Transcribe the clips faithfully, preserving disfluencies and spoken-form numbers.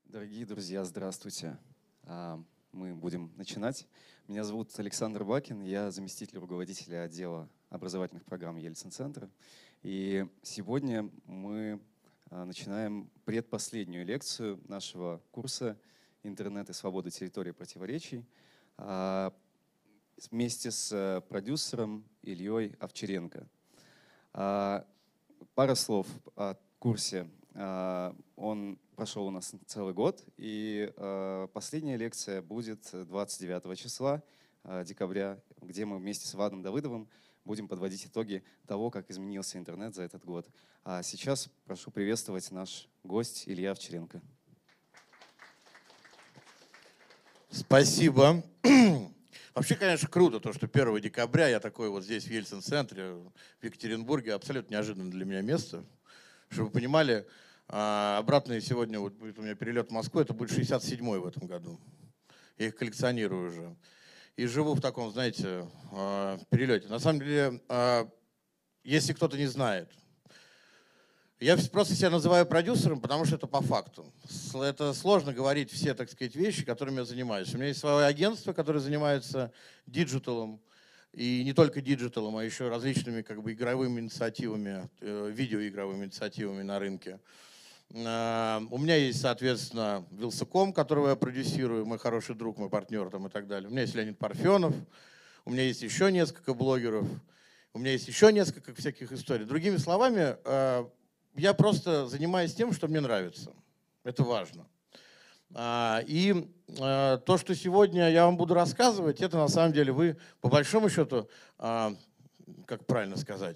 Дорогие друзья, здравствуйте. Мы будем начинать. Меня зовут Александр Бакин, я заместитель руководителя отдела образовательных программ Ельцин-центра. И сегодня мы начинаем предпоследнюю лекцию нашего курса «Интернет и свобода территории противоречий» вместе с продюсером Ильей Овчаренко. Пара слов о курсе. Он прошел у нас целый год, и последняя лекция будет двадцать девятого числа декабря, где мы вместе с Вадом Давыдовым будем подводить итоги того, как изменился интернет за этот год. А сейчас прошу приветствовать наш гость Илья Овчаренко. Спасибо. Вообще, конечно, круто, то, что первого декабря я такой вот здесь, в Ельцин-центре, в Екатеринбурге, абсолютно неожиданное для меня место. Чтобы вы понимали, обратно сегодня вот будет у меня перелет в Москву, это будет шестьдесят седьмой в этом году. Я их коллекционирую уже. И живу в таком, знаете, перелете. На самом деле, если кто-то не знает, я просто себя называю продюсером, потому что это по факту. Это сложно говорить все, так сказать, вещи, которыми я занимаюсь. У меня есть свое агентство, которое занимается диджиталом. И не только диджиталом, а еще различными как бы игровыми инициативами, видеоигровыми инициативами на рынке. У меня есть, соответственно, Вилсаком, которого я продюсирую, мой хороший друг, мой партнер там, и так далее. У меня есть Леонид Парфенов, у меня есть еще несколько блогеров, у меня есть еще несколько всяких историй. Другими словами, я просто занимаюсь тем, что мне нравится. Это важно. И то, что сегодня я вам буду рассказывать, это на самом деле вы, по большому счету, как правильно сказать,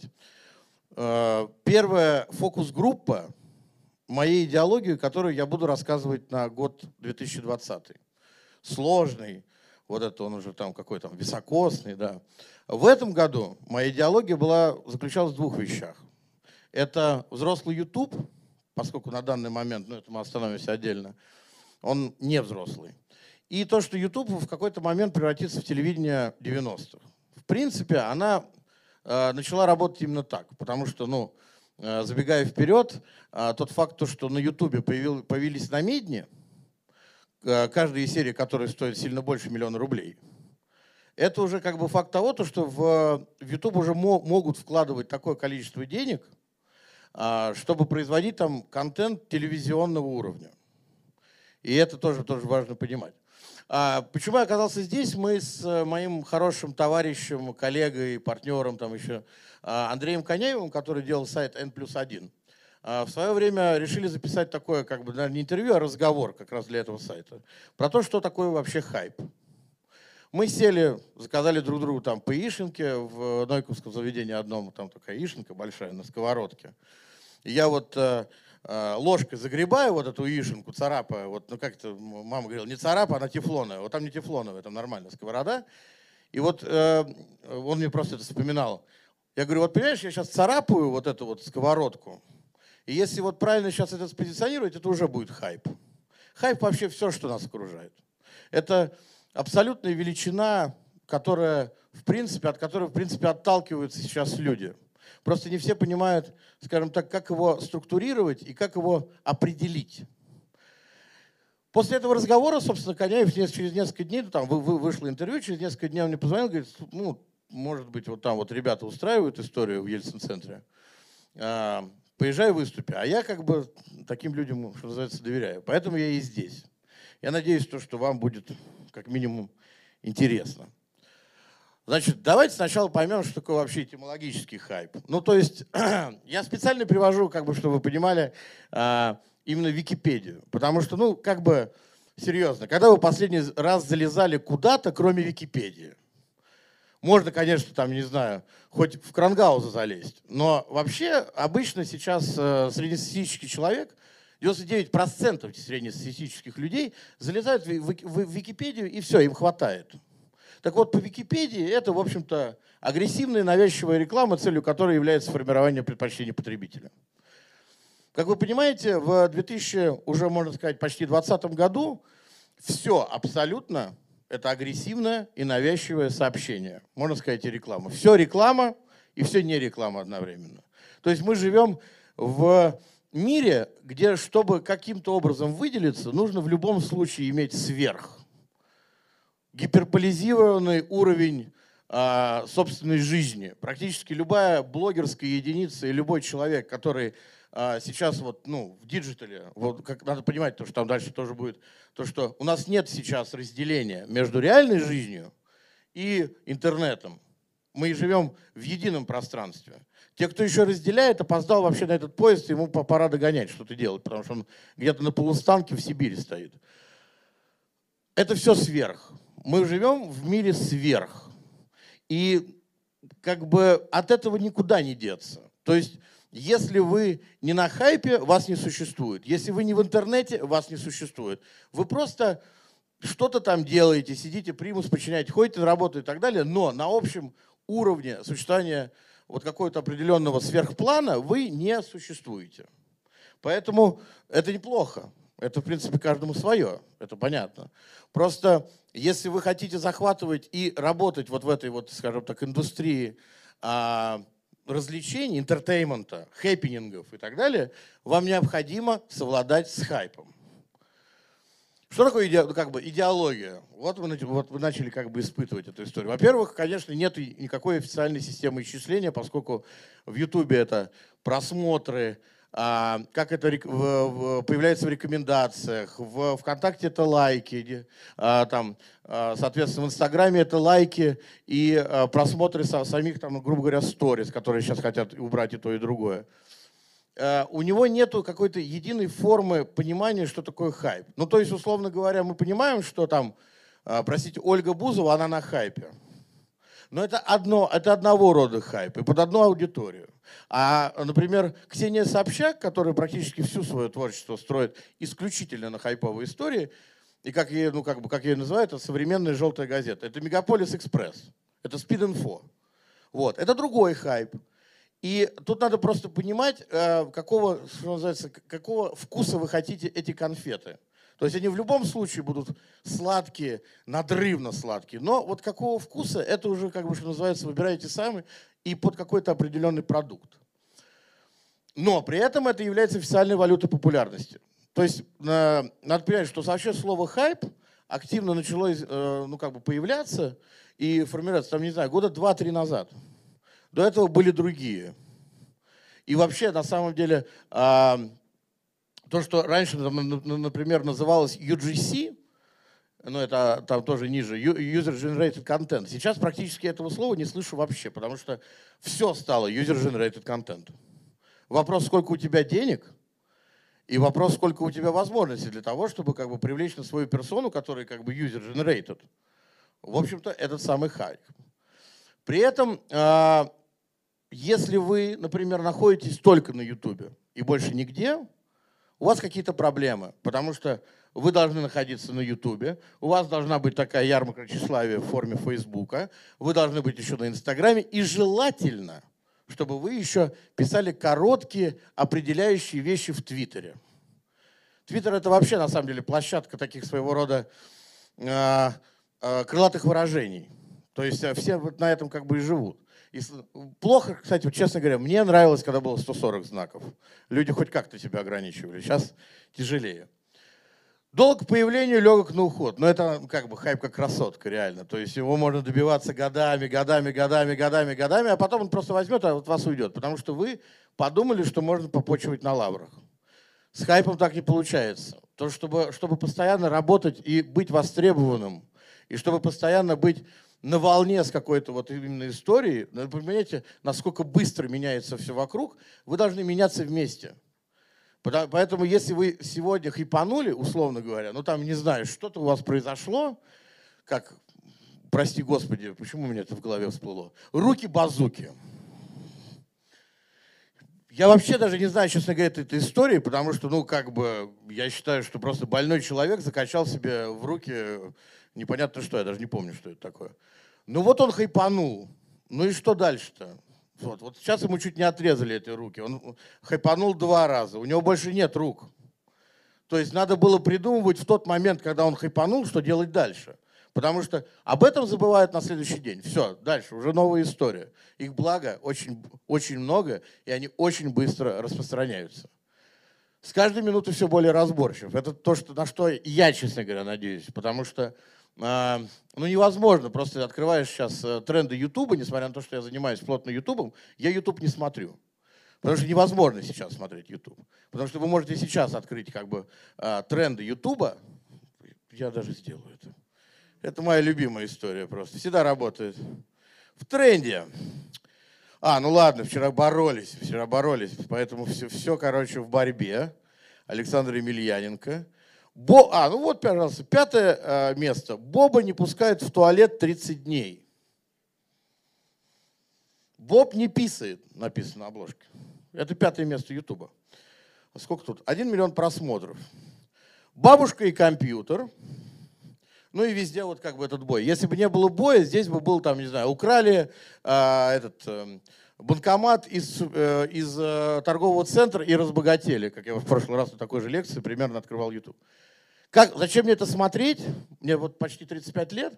первая фокус-группа моей идеологии, которую я буду рассказывать на год две тысячи двадцатый. Сложный, вот это он уже там какой-то високосный, да. В этом году моя идеология была, заключалась в двух вещах. Это взрослый YouTube, поскольку на данный момент, ну это мы остановимся отдельно, он не взрослый. И то, что YouTube в какой-то момент превратится в телевидение девяностых. В принципе, она э, начала работать именно так, потому что, ну, э, забегая вперед, э, тот факт, то, что на YouTube появил, появились намедни, э, каждая из серий, которая стоит сильно больше миллиона рублей, это уже как бы факт того, то, что в, в YouTube уже мо, могут вкладывать такое количество денег, э, чтобы производить там контент телевизионного уровня. И это тоже, тоже важно понимать. А почему я оказался здесь? Мы с моим хорошим товарищем, коллегой, партнером там еще, Андреем Коняевым, который делал сайт эн плюс один, в свое время решили записать такое, как бы, наверное, не интервью, а разговор как раз для этого сайта. Про то, что такое вообще хайп. Мы сели, заказали друг другу там по яишенке в Нойковском заведении одном, там такая яишенка большая на сковородке. И я вот ложкой загребаю вот эту яишенку, царапаю, вот, ну как это, мама говорила, не царапа, она тефлоновая, вот там не тефлоновая, там нормальная сковорода. И вот э, он мне просто это вспоминал. Я говорю, вот понимаешь, я сейчас царапаю вот эту вот сковородку, и если вот правильно сейчас это спозиционировать, это уже будет хайп. Хайп вообще все, что нас окружает. Это абсолютная величина, которая, в принципе, от которой, в принципе, отталкиваются сейчас люди. Просто не все понимают, скажем так, как его структурировать и как его определить. После этого разговора, собственно, Коняев через несколько дней, там вышло интервью, через несколько дней он мне позвонил, говорит, ну, может быть, вот там вот ребята устраивают историю в Ельцин-центре, поезжай выступи. А я как бы таким людям, что называется, доверяю. Поэтому я и здесь. Я надеюсь, то, что вам будет как минимум интересно. Значит, давайте сначала поймем, что такое вообще этимологический хайп. Ну, то есть, я специально привожу, как бы, чтобы вы понимали, именно Википедию. Потому что, ну, как бы, серьезно, когда вы последний раз залезали куда-то, кроме Википедии? Можно, конечно, там, не знаю, хоть в Крангауза залезть. Но вообще, обычно сейчас среднестатистический человек, девяносто девять процентов среднестатистических людей залезают в Википедию, и все, им хватает. Так вот, по Википедии это, в общем-то, агрессивная навязчивая реклама, целью которой является формирование предпочтений потребителя. Как вы понимаете, в две тысячи, уже можно сказать, почти двадцатом году все абсолютно это агрессивное и навязчивое сообщение. Можно сказать, и реклама. Все реклама и все не реклама одновременно. То есть мы живем в мире, где, чтобы каким-то образом выделиться, нужно в любом случае иметь сверх. Гиперполизированный уровень а, собственной жизни. Практически любая блогерская единица и любой человек, который а, сейчас вот, ну, в диджитале, вот, как, надо понимать, то, что там дальше тоже будет, то, что у нас нет сейчас разделения между реальной жизнью и интернетом. Мы живем в едином пространстве. Те, кто еще разделяет, опоздал вообще на этот поезд, ему пора догонять, что-то делать, потому что он где-то на полустанке в Сибири стоит. Это все сверх. Мы живем в мире сверх. И как бы от этого никуда не деться. То есть, если вы не на хайпе, вас не существует. Если вы не в интернете, вас не существует. Вы просто что-то там делаете, сидите, примус подчиняете, ходите на работу и так далее, но на общем уровне существования вот какого-то определенного сверхплана вы не существуете. Поэтому это неплохо. Это, в принципе, каждому свое, это понятно. Просто если вы хотите захватывать и работать вот в этой вот, скажем так, индустрии а, развлечений, интертеймента, хэппинингов и так далее, вам необходимо совладать с хайпом. Что такое иде, как бы, идеология? Вот вы, вот вы начали как бы испытывать эту историю. Во-первых, конечно, нет никакой официальной системы исчисления, поскольку в Ютубе это просмотры, а, как это в, в, появляется в рекомендациях, в ВКонтакте это лайки, а, там, а, соответственно, в Инстаграме это лайки и а, просмотры со, самих, там, грубо говоря, сторис, которые сейчас хотят убрать и то, и другое. Uh, у него нету какой-то единой формы понимания, что такое хайп. Ну, то есть, условно говоря, мы понимаем, что там, uh, простите, Ольга Бузова, она на хайпе. Но это, одно, это одного рода хайп и под одну аудиторию. А, например, Ксения Собчак, которая практически всю свое творчество строит исключительно на хайповой истории, и как ее, ну, как бы, как ее называют, это современная желтая газета. Это Мегаполис Экспресс, это Спид-инфо. Вот. Это другой хайп. И тут надо просто понимать, какого, что называется, какого вкуса вы хотите эти конфеты. То есть они в любом случае будут сладкие, надрывно сладкие. Но вот какого вкуса, это уже, как бы, что называется, выбираете сами и под какой-то определенный продукт. Но при этом это является официальной валютой популярности. То есть надо понимать, что вообще слово «хайп» активно начало, ну, как бы, появляться и формироваться, там, не знаю, года два-три назад. До этого были другие. И вообще, на самом деле, то, что раньше, например, называлось ю джи си, ну это там тоже ниже, User Generated Content, сейчас практически этого слова не слышу вообще, потому что все стало User Generated Content. Вопрос, сколько у тебя денег, и вопрос, сколько у тебя возможностей для того, чтобы как бы привлечь на свою персону, которая как бы User Generated. В общем-то, этот самый хайп. При этом, если вы, например, находитесь только на Ютубе и больше нигде, у вас какие-то проблемы, потому что вы должны находиться на Ютубе, у вас должна быть такая ярмарка тщеславия в форме Фейсбука, вы должны быть еще на Инстаграме, и желательно, чтобы вы еще писали короткие определяющие вещи в Твиттере. Твиттер — это вообще, на самом деле, площадка таких своего рода э, э, крылатых выражений. То есть все вот на этом как бы и живут. И плохо, кстати, вот, честно говоря, мне нравилось, когда было сто сорок знаков. Люди хоть как-то себя ограничивали. Сейчас тяжелее. Долг к появлению, легок на уход. Но это как бы хайп как красотка, реально. То есть его можно добиваться годами, годами, годами, годами, годами, а потом он просто возьмет, а от вас уйдет. Потому что вы подумали, что можно попочивать на лаврах. С хайпом так не получается. То, чтобы, чтобы постоянно работать и быть востребованным, и чтобы постоянно быть на волне с какой-то вот именно историей, вы понимаете, насколько быстро меняется все вокруг, вы должны меняться вместе. Поэтому если вы сегодня хайпанули, условно говоря, ну там, не знаю, что-то у вас произошло, как, прости господи, почему у меня это в голове всплыло, руки-базуки. Я вообще даже не знаю, честно говоря, этой истории, потому что, ну, как бы, я считаю, что просто больной человек закачал себе в руки непонятно что, я даже не помню, что это такое. Ну вот он хайпанул, ну и что дальше-то? Вот, вот сейчас ему чуть не отрезали эти руки, он хайпанул два раза, у него больше нет рук. То есть надо было придумывать в тот момент, когда он хайпанул, что делать дальше. Потому что об этом забывают на следующий день. Все, дальше, уже новая история. Их благо очень, очень много, и они очень быстро распространяются. с каждой минутой все более разборчив. Это то, что, на что я, честно говоря, надеюсь. Потому что э, ну, невозможно. Просто открываешь сейчас тренды Ютуба, несмотря на то, что я занимаюсь плотно Ютубом, я Ютуб не смотрю. Потому что невозможно сейчас смотреть Ютуб. Потому что вы можете сейчас открыть как бы э, тренды Ютуба. Я даже сделаю это. Это моя любимая история просто. Всегда работает. В тренде. А, ну ладно, вчера боролись, вчера боролись, поэтому все, все короче, в борьбе. Александр Емельяненко. Бо... А, ну вот, пожалуйста, пятое э, место. Боба не пускают в туалет тридцать дней. Боб не писает, написано на обложке. Это пятое место Ютуба. Сколько тут? Один миллион просмотров. Бабушка и компьютер. Ну и везде вот как бы этот бой. Если бы не было боя, здесь бы был там, не знаю, украли э, этот э, банкомат из, э, из э, торгового центра и разбогатели. Как я в прошлый раз на такой же лекции примерно открывал YouTube. Как, зачем мне это смотреть? Мне вот почти тридцать пять лет.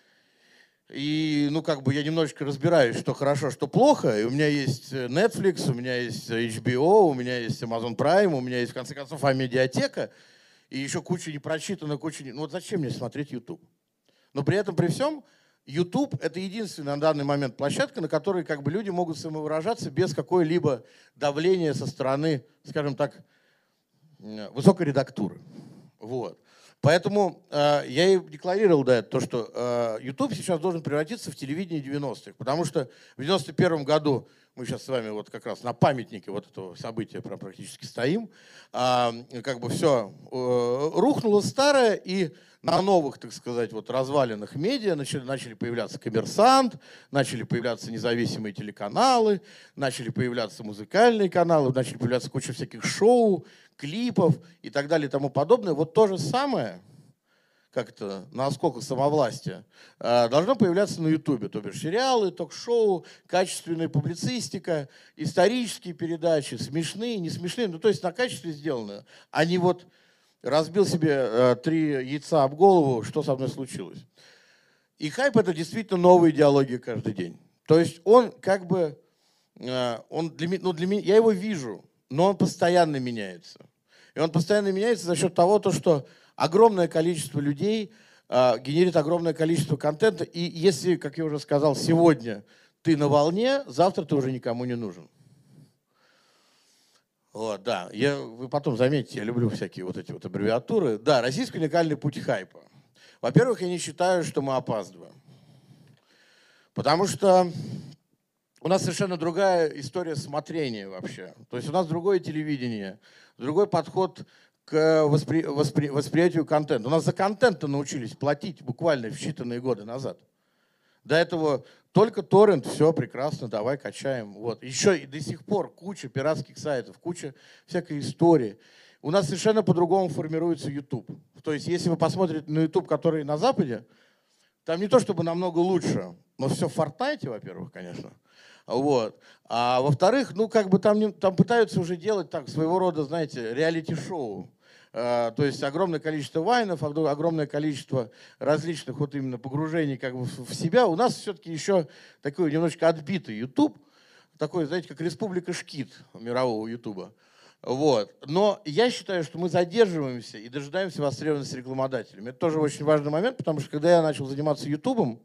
И, ну, как бы я немножечко разбираюсь, что хорошо, что плохо. И у меня есть Netflix, у меня есть эйч би о, у меня есть Amazon Prime, у меня есть, в конце концов, Амедиатека. И еще куча непрочитанных, куча... Ну вот зачем мне смотреть YouTube? Но при этом, при всем, YouTube — это единственная на данный момент площадка, на которой как бы люди могут самовыражаться без какой-либо давления со стороны, скажем так, высокой редактуры. Вот. Поэтому э, я и декларировал до этого, то, что э, YouTube сейчас должен превратиться в телевидение девяностых. Потому что в девяносто первом году, мы сейчас с вами вот как раз на памятнике вот этого события практически стоим, э, как бы все э, рухнуло старое, и на новых, так сказать, вот развалинах медиа начали, начали появляться «Коммерсант», начали появляться независимые телеканалы, начали появляться музыкальные каналы, начали появляться куча всяких шоу, клипов и так далее и тому подобное. Вот то же самое, как это, на осколках самовластия, должно появляться на Ютубе. То бишь сериалы, ток-шоу, качественная публицистика, исторические передачи, смешные, не смешные, ну то есть на качестве сделано, а не вот разбил себе три яйца об голову, что со мной случилось. И хайп — это действительно новая идеология каждый день. То есть он как бы, он для, ну, для меня, я его вижу, но он постоянно меняется. И он постоянно меняется за счет того, то, что огромное количество людей э, генерит огромное количество контента. И если, как я уже сказал, сегодня ты на волне, завтра ты уже никому не нужен. Вот, да. Я, вы потом заметите, я люблю всякие вот эти вот аббревиатуры. Да, российский уникальный путь хайпа. Во-первых, я не считаю, что мы опаздываем. Потому что у нас совершенно другая история смотрения вообще. То есть у нас другое телевидение, другой подход к воспри... Воспри... восприятию контента. У нас за контент-то научились платить буквально в считанные годы назад. До этого только торрент, все прекрасно, давай качаем. Вот. Еще и до сих пор куча пиратских сайтов, куча всякой истории. У нас совершенно по-другому формируется YouTube. То есть если вы посмотрите на YouTube, который на Западе, там не то чтобы намного лучше, но все в Fortnite, во-первых, конечно. Вот. А во-вторых, ну как бы там, не, там пытаются уже делать так, своего рода, знаете, реалити-шоу. А, то есть огромное количество вайнов, огромное количество различных вот именно погружений как бы в себя. У нас все-таки еще такой немножечко отбитый YouTube, такой, знаете, как республика Шкит мирового Ютуба. Вот. Но я считаю, что мы задерживаемся и дожидаемся востребованности рекламодателями. Это тоже очень важный момент, потому что когда я начал заниматься Ютубом,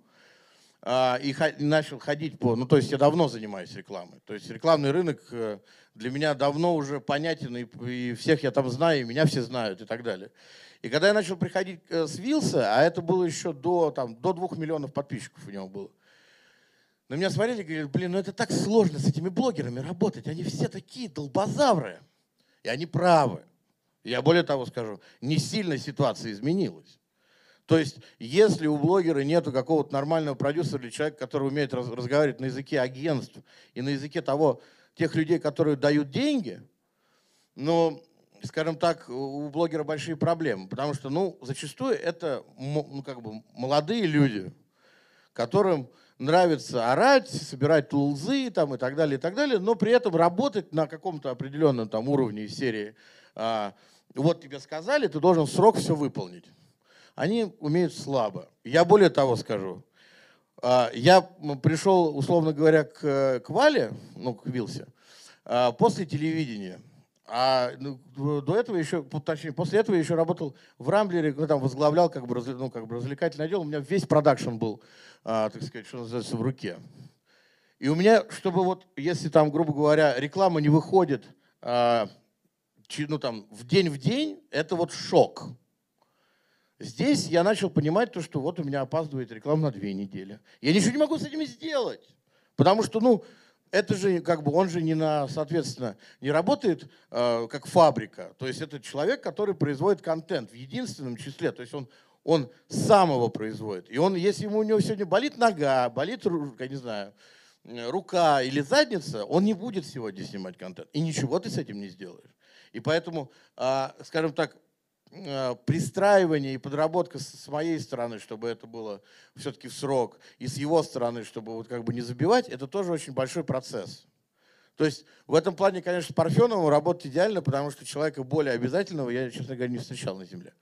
и начал ходить по... Ну, то есть я давно занимаюсь рекламой. То есть рекламный рынок для меня давно уже понятен, и всех я там знаю, и меня все знают, и так далее. И когда я начал приходить с Вилса, а это было еще до, там, до двух миллионов подписчиков у него было, на меня смотрели и говорили, блин, ну это так сложно с этими блогерами работать, они все такие долбозавры. И они правы. Я более того скажу, не сильно ситуация изменилась. То есть, если у блогера нет какого-то нормального продюсера или человека, который умеет раз, разговаривать на языке агентств и на языке того, тех людей, которые дают деньги, ну, скажем так, у блогера большие проблемы. Потому что, ну, зачастую это, ну, как бы молодые люди, которым нравится орать, собирать лулзы там, и так далее, и так далее, но при этом работать на каком-то определенном там, уровне из серии а, «Вот тебе сказали, ты должен в срок все выполнить». Они умеют слабо. Я более того скажу. Я пришел, условно говоря, к, к Вале, ну, к Вилсе, после телевидения. А ну, до этого еще, точнее, после этого я еще работал в Рамблере, там возглавлял как бы, ну, как бы развлекательный отдел. У меня весь продакшн был, а, так сказать, что называется, в руке. И у меня, чтобы вот, если там, грубо говоря, реклама не выходит а, ну, там, в день в день, это вот шок. Здесь я начал понимать то, что вот у меня опаздывает реклама на две недели. Я ничего не могу с этим сделать. Потому что, ну, это же, как бы, он же не на, соответственно, не работает э, как фабрика. То есть это человек, который производит контент в единственном числе. То есть он, он сам его производит. И он, если ему, у него сегодня болит нога, болит, я не знаю, рука или задница, он не будет сегодня снимать контент. И ничего ты с этим не сделаешь. И поэтому, э, скажем так, пристраивание и подработка с моей стороны, чтобы это было все-таки в срок, и с его стороны, чтобы вот как бы не забивать, это тоже очень большой процесс. То есть в этом плане, конечно, с Парфеновым работать идеально, потому что человека более обязательного я, честно говоря, не встречал на земле.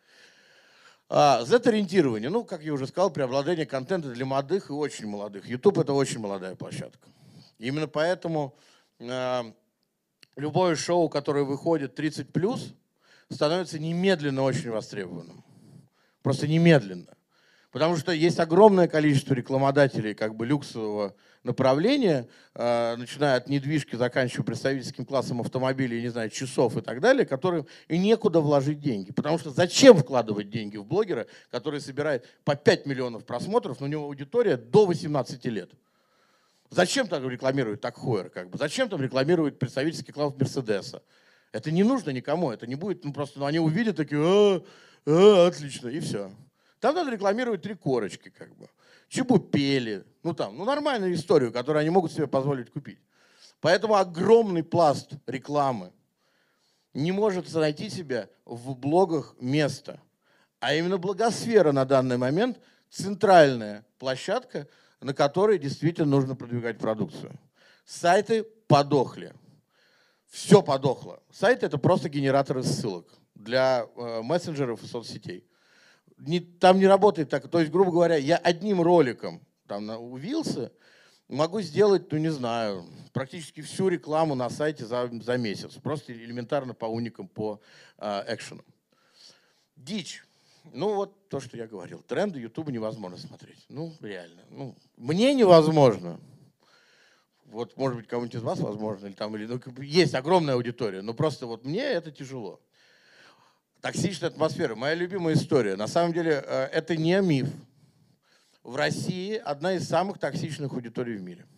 А, зет-ориентирование, ну, как я уже сказал, преобладание контента для молодых и очень молодых. YouTube — это очень молодая площадка. Именно поэтому э, любое шоу, которое выходит тридцать плюс, становится немедленно очень востребованным. Просто немедленно. Потому что есть огромное количество рекламодателей как бы люксового направления, э, начиная от недвижки, заканчивая представительским классом автомобилей, не знаю, часов и так далее, которым и некуда вложить деньги. Потому что зачем вкладывать деньги в блогера, который собирает по пять миллионов просмотров, но у него аудитория до восемнадцати лет? Зачем там рекламирует так Хойер? Как бы? Зачем там рекламирует представительский класс Мерседеса? Это не нужно никому, это не будет, ну просто ну, они увидят такие, а, а, отлично, и все. Там надо рекламировать три корочки, как бы. Чебупели, ну там, ну нормальную историю, которую они могут себе позволить купить. Поэтому огромный пласт рекламы не может найти себе в блогах место. А именно блогосфера на данный момент центральная площадка, на которой действительно нужно продвигать продукцию. Сайты подохли. Все подохло. Сайт — это просто генераторы ссылок для э, мессенджеров и соцсетей. Не, там не работает так. То есть, грубо говоря, я одним роликом там увился, могу сделать, ну не знаю, практически всю рекламу на сайте за, за месяц. Просто элементарно по уникам, по э, экшенам. Дичь. Ну вот то, что я говорил. Тренды Ютуба невозможно смотреть. Ну реально. Ну, мне невозможно. Вот, может быть, кому-нибудь из вас возможно, или там, или, ну, есть огромная аудитория, но просто вот мне это тяжело. Токсичная атмосфера. Моя любимая история. На самом деле, это не миф. В России одна из самых токсичных аудиторий в мире.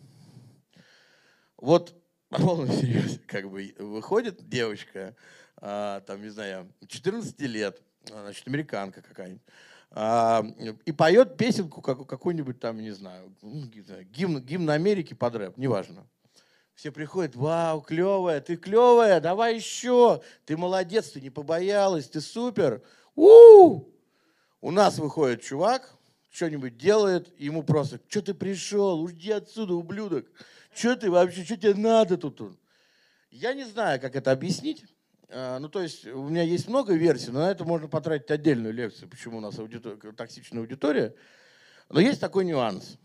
Вот, на полном серьезе, как бы, выходит девочка, там, не знаю, четырнадцати лет, значит, американка какая-нибудь, и поет песенку какую-нибудь там, не знаю, гимн, гимн Америки под рэп, неважно. Все приходят, вау, клевая, ты клевая, давай еще, ты молодец, ты не побоялась, ты супер. У-у-у! У нас выходит чувак, что-нибудь делает, ему просто, что ты пришел, уйди отсюда, ублюдок, что ты вообще, что тебе надо тут? Я не знаю, как это объяснить. Ну, то есть у меня есть много версий, но на это можно потратить отдельную лекцию, почему у нас аудитория, токсичная аудитория. Но есть такой нюанс.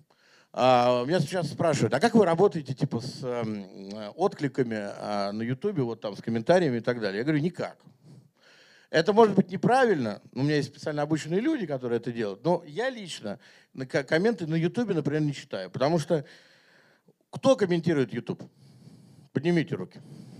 А, меня сейчас спрашивают, а как вы работаете типа с э, откликами э, на Ютубе, вот там с комментариями и так далее? Я говорю, никак. Это может быть неправильно, у меня есть специально обученные люди, которые это делают, но я лично комменты на Ютубе, например, не читаю, потому что кто комментирует Ютуб? Поднимите руки.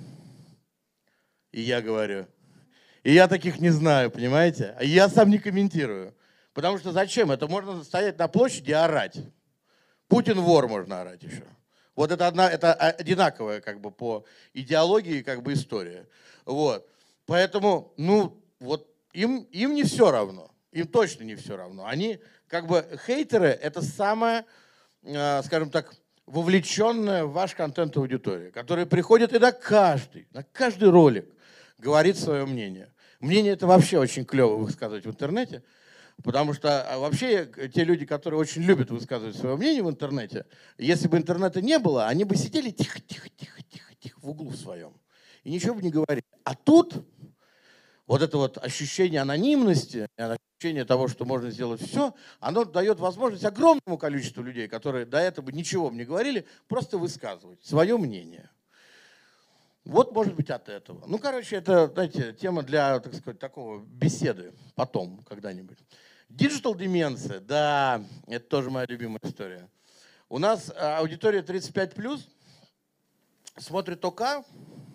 И я говорю, и я таких не знаю, понимаете? А я сам не комментирую. Потому что зачем? Это можно стоять на площади и орать. Путин вор, можно орать еще. Вот это, одна, это одинаковая как бы по идеологии как бы история. Вот. Поэтому, ну, вот им, им не все равно. Им точно не все равно. Они как бы хейтеры — это самая, э, скажем так, вовлеченная в ваш контент аудитория, которая приходит и на каждый, на каждый ролик говорит свое мнение. Мнение это вообще очень клево высказывать в интернете, потому что вообще те люди, которые очень любят высказывать свое мнение в интернете, если бы интернета не было, они бы сидели тихо-тихо-тихо-тихо-тихо в углу своем и ничего бы не говорили. А тут вот это вот ощущение анонимности, ощущение того, что можно сделать все, оно дает возможность огромному количеству людей, которые до этого ничего бы не говорили, просто высказывать свое мнение. Вот, может быть, от этого. Ну, короче, это, знаете, тема для, так сказать, такого беседы потом, когда-нибудь. Digital деменция, да, это тоже моя любимая история. У нас аудитория тридцать пять плюс смотрит ОК,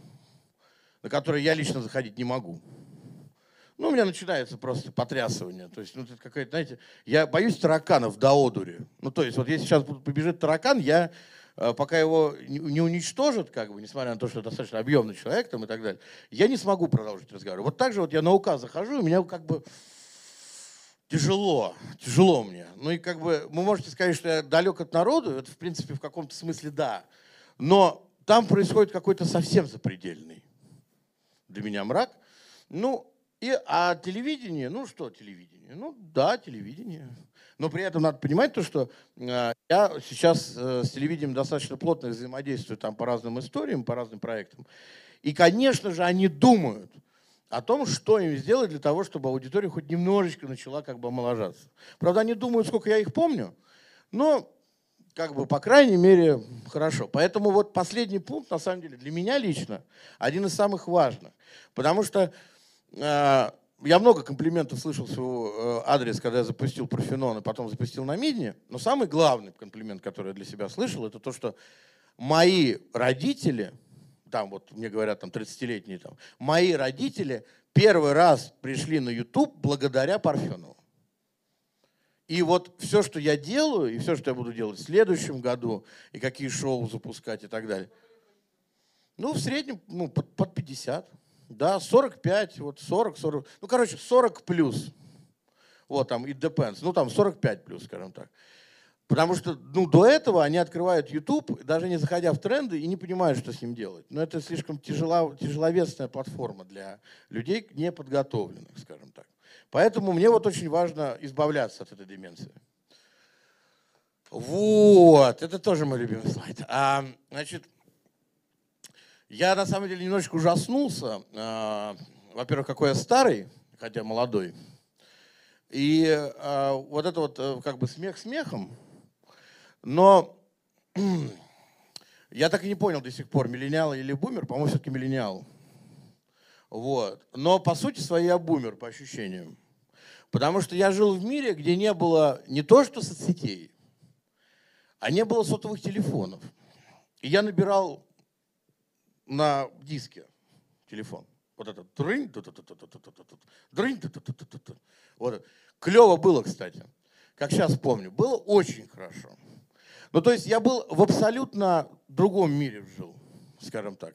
на который я лично заходить не могу. Ну, у меня начинается просто потрясывание. То есть, ну, это какая-то, знаете, я боюсь тараканов до одури. Ну, то есть, вот если сейчас побежит таракан, я, пока его не уничтожат, как бы, несмотря на то, что достаточно объемный человек там и так далее, я не смогу продолжить разговор. Вот так же вот я на ОК захожу, и меня как бы тяжело, тяжело мне. Ну, и как бы, вы можете сказать, что я далек от народа, это, в принципе, в каком-то смысле да. Но там происходит какой-то совсем запредельный для меня мрак. Ну, и, а телевидение, ну что телевидение? Ну да, телевидение. Но при этом надо понимать то, что э, я сейчас э, с телевидением достаточно плотно взаимодействую там по разным историям, по разным проектам. И, конечно же, они думают о том, что им сделать для того, чтобы аудитория хоть немножечко начала как бы омоложаться. Правда, они думают, сколько я их помню, но как бы, по крайней мере, хорошо. Поэтому вот последний пункт, на самом деле, для меня лично один из самых важных. Потому что э, я много комплиментов слышал в свой э, адрес, когда я запустил Парфенон и потом запустил на Мидне. Но самый главный комплимент, который я для себя слышал, это то, что мои родители, там вот мне говорят, там тридцатилетние, там, мои родители первый раз пришли на YouTube благодаря Парфенову. И вот все, что я делаю, и все, что я буду делать в следующем году, и какие шоу запускать и так далее, ну, в среднем, ну, под, под пятьдесят. Да, сорок пять, вот сорок, сорок, ну, короче, сорок плюс. Вот там, it depends, ну, там сорок пять плюс, скажем так. Потому что, ну, до этого они открывают YouTube, даже не заходя в тренды, и не понимают, что с ним делать. Но это слишком тяжело, тяжеловесная платформа для людей, неподготовленных, скажем так. Поэтому мне вот очень важно избавляться от этой деменции. Вот, это тоже мой любимый слайд. А, значит, я на самом деле немножечко ужаснулся. А, во-первых, какой я старый, хотя молодой. И а, вот это вот как бы смех смехом. Но я так и не понял до сих пор, миллениал или бумер, по-моему, все-таки миллениал. Вот. Но по сути своей я бумер, по ощущениям. Потому что я жил в мире, где не было не то что соцсетей, а не было сотовых телефонов. И я набирал на диске телефон. Вот этот дрынь, дрынь, вот. Клево было, кстати. Как сейчас помню, было очень хорошо. Ну, то есть я был в абсолютно другом мире жил, скажем так.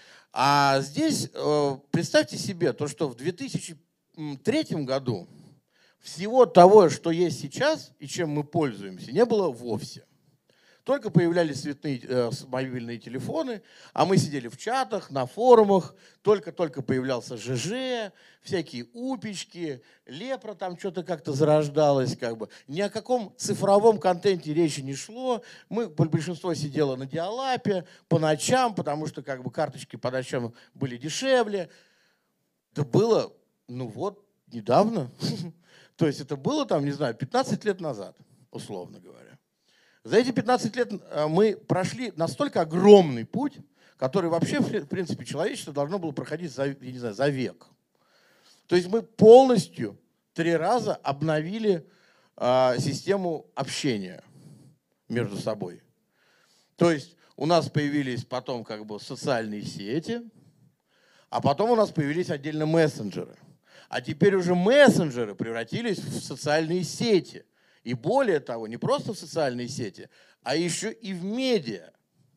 А здесь э, представьте себе то, что в две тысячи третьем году всего того, что есть сейчас и чем мы пользуемся, не было вовсе. Только появлялись цветные э, мобильные телефоны, а мы сидели в чатах, на форумах, только-только появлялся ЖЖ, всякие упички, лепра там что-то как-то зарождалось. Как бы. Ни о каком цифровом контенте речи не шло. Мы, большинство сидело на диалапе по ночам, потому что как бы, карточки по ночам были дешевле. Это было, ну вот, недавно. То есть это было там, не знаю, пятнадцать лет назад, условно говоря. За эти пятнадцать лет мы прошли настолько огромный путь, который вообще, в принципе, человечество должно было проходить за, я не знаю, за век. То есть мы полностью три раза обновили э, систему общения между собой. То есть у нас появились потом как бы социальные сети, а потом у нас появились отдельно мессенджеры. А теперь уже мессенджеры превратились в социальные сети. И более того, не просто в социальные сети, а еще и в медиа.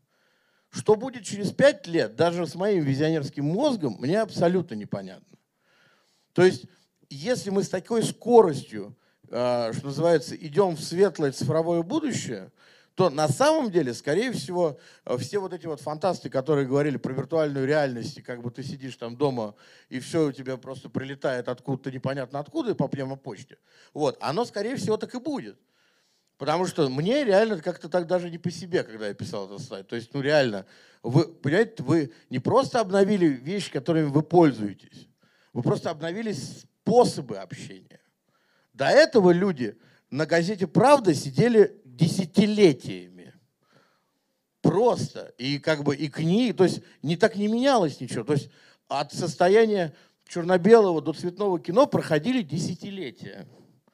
Что будет через пять лет, даже с моим визионерским мозгом, мне абсолютно непонятно. То есть, если мы с такой скоростью, что называется, идем в светлое цифровое будущее, то на самом деле, скорее всего, все вот эти вот фантасты, которые говорили про виртуальную реальность, и как бы ты сидишь там дома, и все у тебя просто прилетает откуда-то непонятно откуда, и по пневмопочте, вот, оно, скорее всего, так и будет. Потому что мне реально как-то так даже не по себе, когда я писал этот слайд. То есть, ну реально, вы, понимаете, вы не просто обновили вещи, которыми вы пользуетесь, вы просто обновили способы общения. До этого люди на газете «Правда» сидели десятилетиями. просто. И как бы и книги, то есть не так не менялось ничего. То есть от состояния черно-белого до цветного кино проходили десятилетия.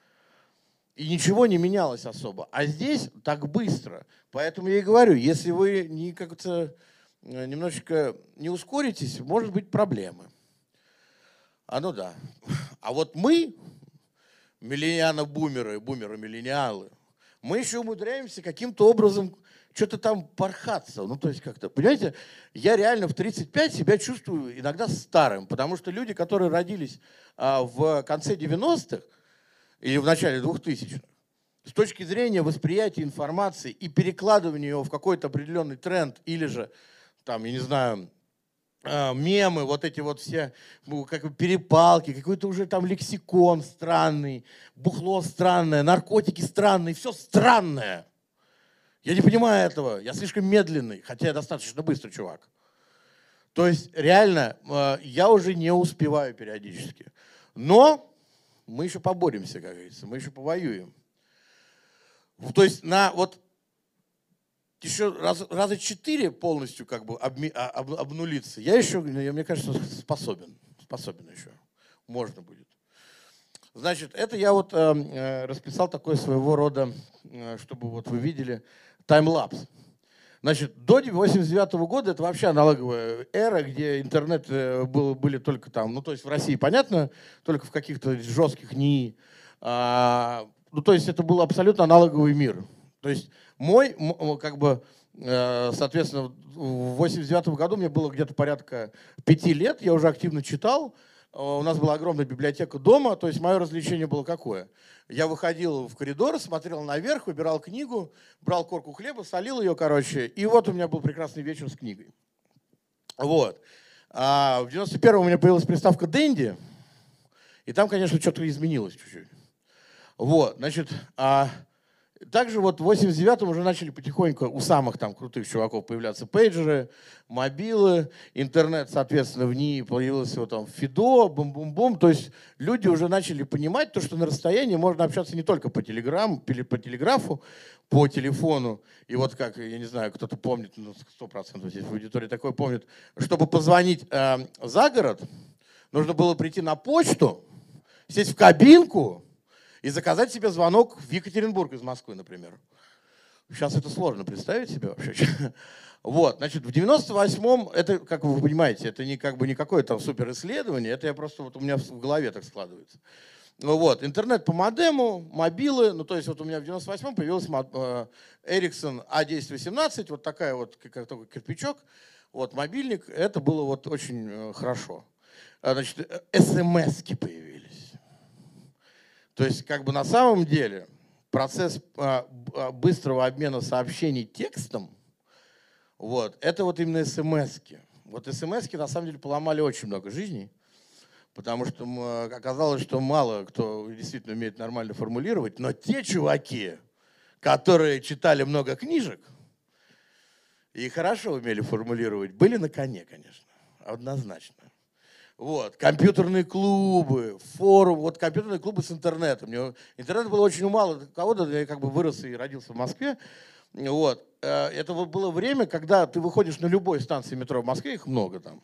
И ничего не менялось особо. А здесь так быстро. Поэтому я и говорю, если вы не как-то немножечко не ускоритесь, может быть проблемы. А ну да. А вот мы, миллениано-бумеры, бумеры-миллениалы, мы еще умудряемся каким-то образом что-то там порхаться. Ну, то есть как-то, понимаете, я реально в тридцать пять себя чувствую иногда старым, потому что люди, которые родились а, в конце девяностых или в начале двухтысячных, с точки зрения восприятия информации и перекладывания его в какой-то определенный тренд или же, там, я не знаю, мемы, вот эти вот все как бы перепалки, какой-то уже там лексикон странный, бухло странное, наркотики странные, все странное. Я не понимаю этого, я слишком медленный, хотя я достаточно быстрый чувак. То есть реально я уже не успеваю периодически. Но мы еще поборемся, как говорится, мы еще повоюем. То есть на вот еще раз, раза четыре полностью как бы обми, об, обнулиться, я еще, мне кажется, способен. Способен еще. Можно будет. Значит, это я вот э, расписал такой своего рода, э, чтобы вот вы видели, таймлапс. Значит, до восемьдесят девятого года это вообще аналоговая эра, где интернет был, были только там, ну то есть в России, понятно, только в каких-то жестких НИИ. А, ну то есть это был абсолютно аналоговый мир. То есть мой, как бы, соответственно, в восемьдесят девятом году мне было где-то порядка пяти лет, я уже активно читал, у нас была огромная библиотека дома, то есть мое развлечение было какое? Я выходил в коридор, смотрел наверх, выбирал книгу, брал корку хлеба, солил ее, короче, и вот у меня был прекрасный вечер с книгой. Вот. А в девяносто первом у меня появилась приставка Dendy, и там, конечно, что-то изменилось чуть-чуть. Вот, значит, а также вот в восемьдесят девятом уже начали потихоньку у самых там крутых чуваков появляться пейджеры, мобилы, интернет, соответственно, в НИИ появился вот там Фидо, бум-бум-бум. То есть люди уже начали понимать то, что на расстоянии можно общаться не только по телеграмму, по телеграфу, по телефону. И вот как, я не знаю, кто-то помнит, ну, сто процентов здесь в аудитории такое помнит, чтобы позвонить э, за город, нужно было прийти на почту, сесть в кабинку, и заказать себе звонок в Екатеринбург из Москвы, например. Сейчас это сложно представить себе вообще. Вот, значит, в девяносто восьмом, это, как вы понимаете, это не как бы не какое-то там супер исследование, это я просто вот у меня в голове так складывается. Вот, интернет по модему, мобилы, ну то есть вот у меня в девяносто восьмом появился Ericsson а десять восемнадцать, вот такая вот, как такой кирпичок, вот мобильник, это было вот очень хорошо. Значит, смс-ки появились. То есть, как бы на самом деле, процесс а, быстрого обмена сообщений текстом, вот, это вот именно смс-ки. Вот смс-ки на самом деле поломали очень много жизней, потому что оказалось, что мало кто действительно умеет нормально формулировать, но те чуваки, которые читали много книжек и хорошо умели формулировать, были на коне, конечно, однозначно. Вот, компьютерные клубы, форум, вот компьютерные клубы с интернетом. Интернета было очень мало кого-то, я как бы вырос и родился в Москве. Вот. Это вот было время, когда ты выходишь на любой станции метро в Москве, их много там.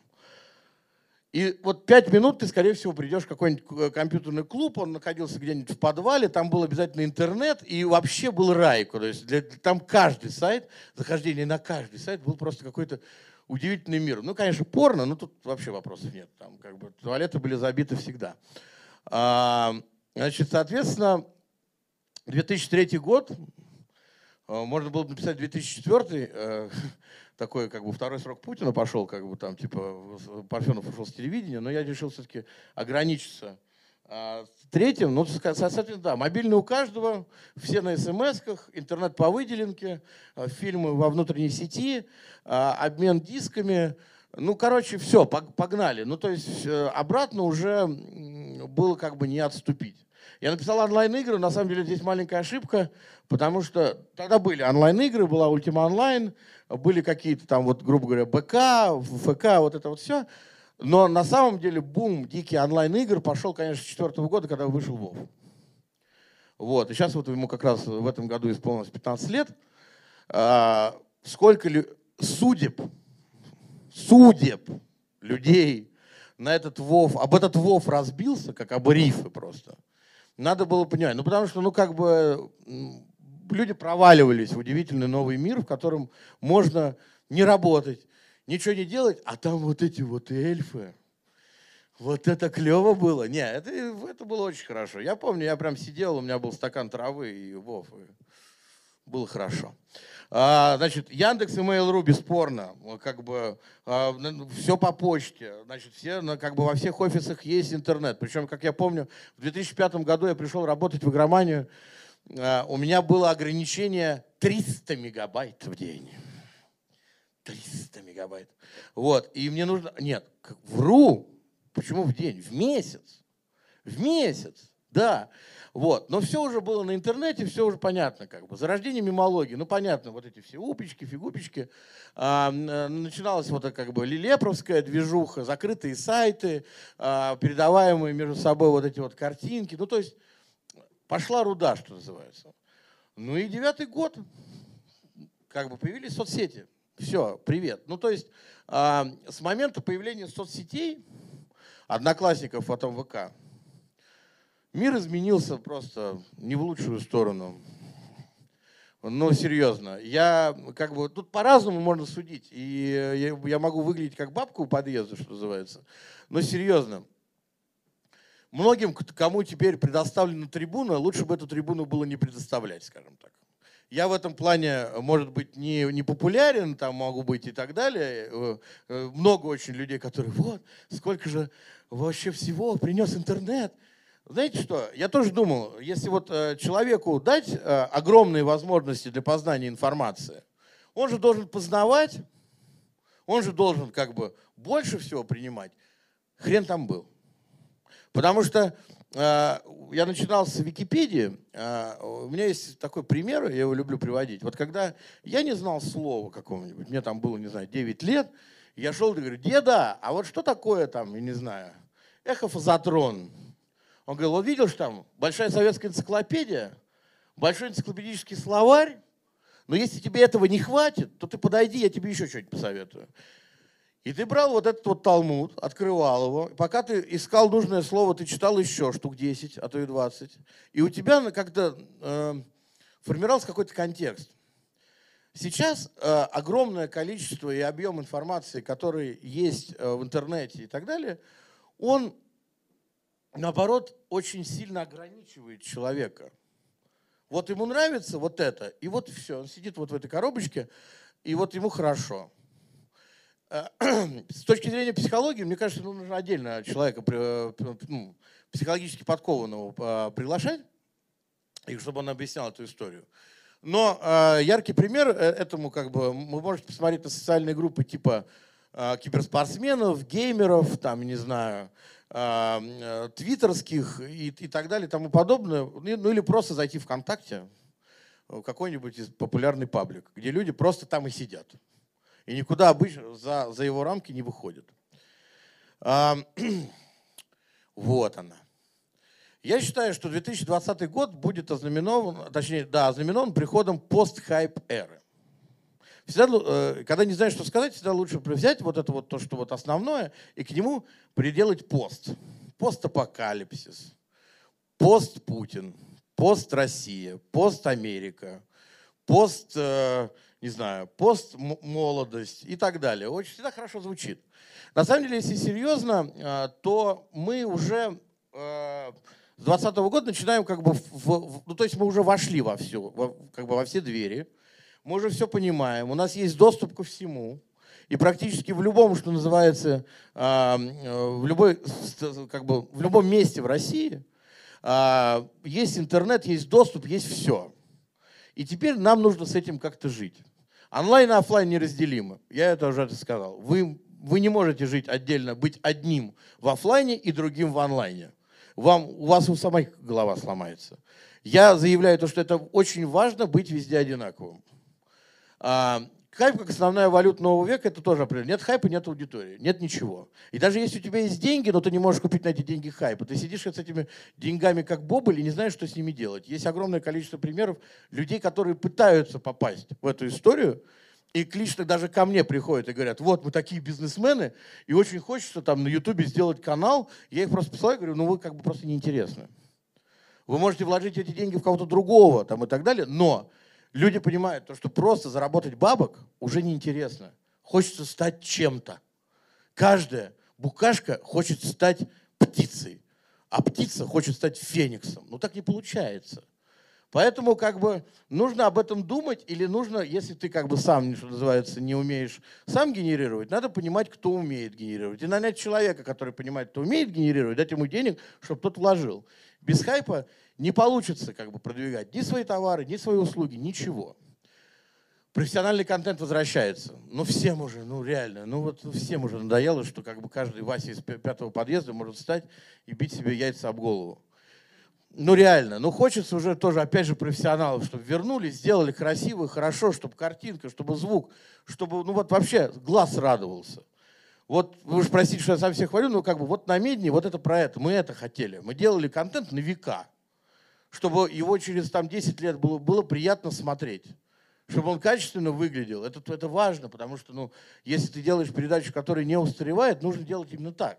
И вот пять минут ты, скорее всего, придешь в какой-нибудь компьютерный клуб, он находился где-нибудь в подвале, там был обязательно интернет, и вообще был рай. То есть для, там каждый сайт, захождение на каждый сайт был просто какой-то удивительный мир. Ну, конечно, порно, но тут вообще вопросов нет. Там как бы туалеты были забиты всегда. А, значит, соответственно, две тысячи третий год, можно было бы написать две тысячи четвёртый, такой как бы второй срок Путина пошел, как бы там типа Парфенов ушел с телевидения, но я решил все-таки ограничиться третьим. Ну, соответственно, да, мобильный у каждого, все на смс-ках, интернет по выделенке, фильмы во внутренней сети, обмен дисками. Ну, короче, все, погнали. Ну, то есть обратно уже было как бы не отступить. Я написал онлайн-игры, на самом деле здесь маленькая ошибка, потому что тогда были онлайн-игры, была Ultima Online, были какие-то там, вот, грубо говоря, БК, ФК, вот это вот все. Но на самом деле бум дикий онлайн-игр пошел, конечно, с две тысячи четвёртого года, когда вышел Вов. Вот. И сейчас вот ему как раз в этом году исполнилось пятнадцать лет. А, сколько ли судеб, судеб людей на этот ВОВ, об этот ВОВ разбился, как об рифы просто. Надо было понимать. Ну, потому что, ну, как бы люди проваливались в удивительный новый мир, в котором можно не работать, ничего не делать, а там вот эти вот эльфы. Вот это клево было. Не, это, это было очень хорошо. Я помню, я прям сидел, у меня был стакан травы и Вов. И было хорошо. А, значит, Яндекс и Mail.ru бесспорно, как бы а, все по почте, значит, все, как бы во всех офисах есть интернет. Причем, как я помню, в две тысячи пятом году я пришел работать в игроманию, а, у меня было ограничение триста мегабайт в день. триста мегабайт. Вот, и мне нужно, нет, вру. Почему в день? В месяц. В месяц, да. Вот. Но все уже было на интернете, все уже понятно. Как бы. Зарождение мемологии, ну понятно, вот эти все упички, фигупички. А, начиналась вот как бы лилепровская движуха, закрытые сайты, а, передаваемые между собой вот эти вот картинки. Ну то есть пошла руда, что называется. Ну и девятый год, как бы появились соцсети. Все, привет. Ну то есть а, с момента появления соцсетей, Одноклассников, потом ВК, мир изменился просто не в лучшую сторону. Ну, серьезно. Я как бы тут по-разному можно судить. И я, я могу выглядеть как бабка у подъезда, что называется. Но серьезно. Многим, кому теперь предоставлена трибуна, лучше бы эту трибуну было не предоставлять, скажем так. Я в этом плане, может быть, не, не популярен, там могу быть и так далее. Много очень людей, которые, вот, сколько же вообще всего принес интернет. Знаете что, я тоже думал, если вот человеку дать огромные возможности для познания информации, он же должен познавать, он же должен как бы больше всего принимать. Хрен там был. Потому что э, я начинал с Википедии, э, у меня есть такой пример, я его люблю приводить. Вот когда я не знал слова какого-нибудь, мне там было, не знаю, девять лет, я шел и говорю, деда, а вот что такое там, я не знаю, эхофазотрон? Он говорил, вот видел, что там большая советская энциклопедия, большой энциклопедический словарь, но если тебе этого не хватит, то ты подойди, я тебе еще что-нибудь посоветую. И ты брал вот этот вот Талмуд, открывал его, пока ты искал нужное слово, ты читал еще штук десять, а то и двадцать. И у тебя как-то э, формировался какой-то контекст. Сейчас э, огромное количество и объем информации, который есть э, в интернете и так далее, он, наоборот, очень сильно ограничивает человека. Вот ему нравится вот это, и вот все. Он сидит вот в этой коробочке, и вот ему хорошо. С точки зрения психологии, мне кажется, ну, нужно отдельно человека ну, психологически подкованного приглашать, и чтобы он объяснял эту историю. Но э, яркий пример этому, как бы, вы можете посмотреть на социальные группы типа э, киберспортсменов, геймеров, там, не знаю, э, твиттерских и, и так далее, и тому подобное. Ну или просто зайти в ВКонтакте, в какой-нибудь популярный паблик, где люди просто там и сидят. И никуда обычно за, за его рамки не выходит. А, вот она. Я считаю, что две тысячи двадцатый год будет ознаменован, точнее, да, ознаменован приходом пост-хайп-эры. Всегда, когда не знаешь, что сказать, всегда лучше взять вот это вот то, что вот основное, и к нему приделать пост. Постапокалипсис, пост-Путин, пост-Россия, пост-Америка, пост... не знаю, постмолодость и так далее. Очень всегда хорошо звучит. На самом деле, если серьезно, то мы уже с двадцатого года начинаем как бы, в, в, ну то есть мы уже вошли во все, во, как бы во все двери, мы уже все понимаем, у нас есть доступ ко всему, и практически в любом, что называется, в любой, как бы, в любом месте в России есть интернет, есть доступ, есть все. И теперь нам нужно с этим как-то жить. Онлайн и офлайн неразделимы. Я это уже сказал. Вы, вы не можете жить отдельно, быть одним в офлайне и другим в онлайне. Вам, у вас у самой голова сломается. Я заявляю, то, что это очень важно быть везде одинаковым. А, хайп как основная валюта нового века, это тоже определенно. Нет хайпа, нет аудитории, нет ничего. И даже если у тебя есть деньги, но ты не можешь купить на эти деньги хайпа, ты сидишь с этими деньгами как бобыль и не знаешь, что с ними делать. Есть огромное количество примеров людей, которые пытаются попасть в эту историю, И лично даже ко мне приходят и говорят, вот мы такие бизнесмены, и очень хочется там на Ютубе сделать канал. Я их просто посылаю и говорю, ну вы как бы просто неинтересны. Вы можете вложить эти деньги в кого-то другого там, и так далее, но люди понимают, то, что просто заработать бабок уже неинтересно. Хочется стать чем-то. Каждая букашка хочет стать птицей, а птица хочет стать фениксом. Ну так не получается. Поэтому как бы нужно об этом думать, или нужно, если ты как бы сам, что называется, не умеешь сам генерировать, надо понимать, кто умеет генерировать. И нанять человека, который понимает, кто умеет генерировать, дать ему денег, чтобы тот вложил. Без хайпа не получится как бы продвигать ни свои товары, ни свои услуги, ничего. Профессиональный контент возвращается. Ну всем уже, ну реально, ну вот всем уже надоело, что как бы каждый Вася из пятого подъезда может встать и бить себе яйца об голову. Ну реально, ну хочется уже тоже, опять же, профессионалов, чтобы вернулись, сделали красиво, хорошо, чтобы картинка, чтобы звук, чтобы, ну вот вообще глаз радовался. Вот вы же простите, что я сам всех хвалю, но как бы вот на Медне вот это про это, мы это хотели. Мы делали контент на века, чтобы его через там десять лет было, было приятно смотреть, чтобы он качественно выглядел. Это, это важно, потому что, ну, если ты делаешь передачу, которая не устаревает, нужно делать именно так.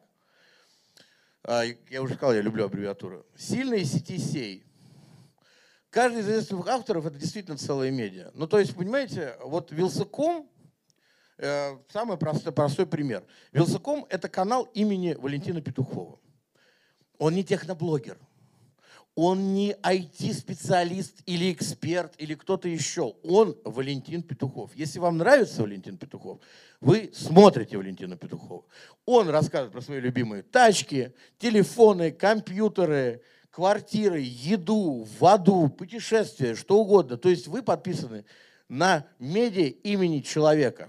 Я уже сказал, я люблю аббревиатуру. Сильные сети сей. Каждый из известных авторов – это действительно целая медиа. Ну, то есть, понимаете, вот Вилсаком, э, самый простой, простой пример. Вилсаком – это канал имени Валентина Петухова. Он не техноблогер. Он не ай ти-специалист или эксперт, или кто-то еще. Он Валентин Петухов. Если вам нравится Валентин Петухов, вы смотрите Валентина Петухова. Он рассказывает про свои любимые тачки, телефоны, компьютеры, квартиры, еду, воду, путешествия, что угодно. То есть вы подписаны на медиа имени человека.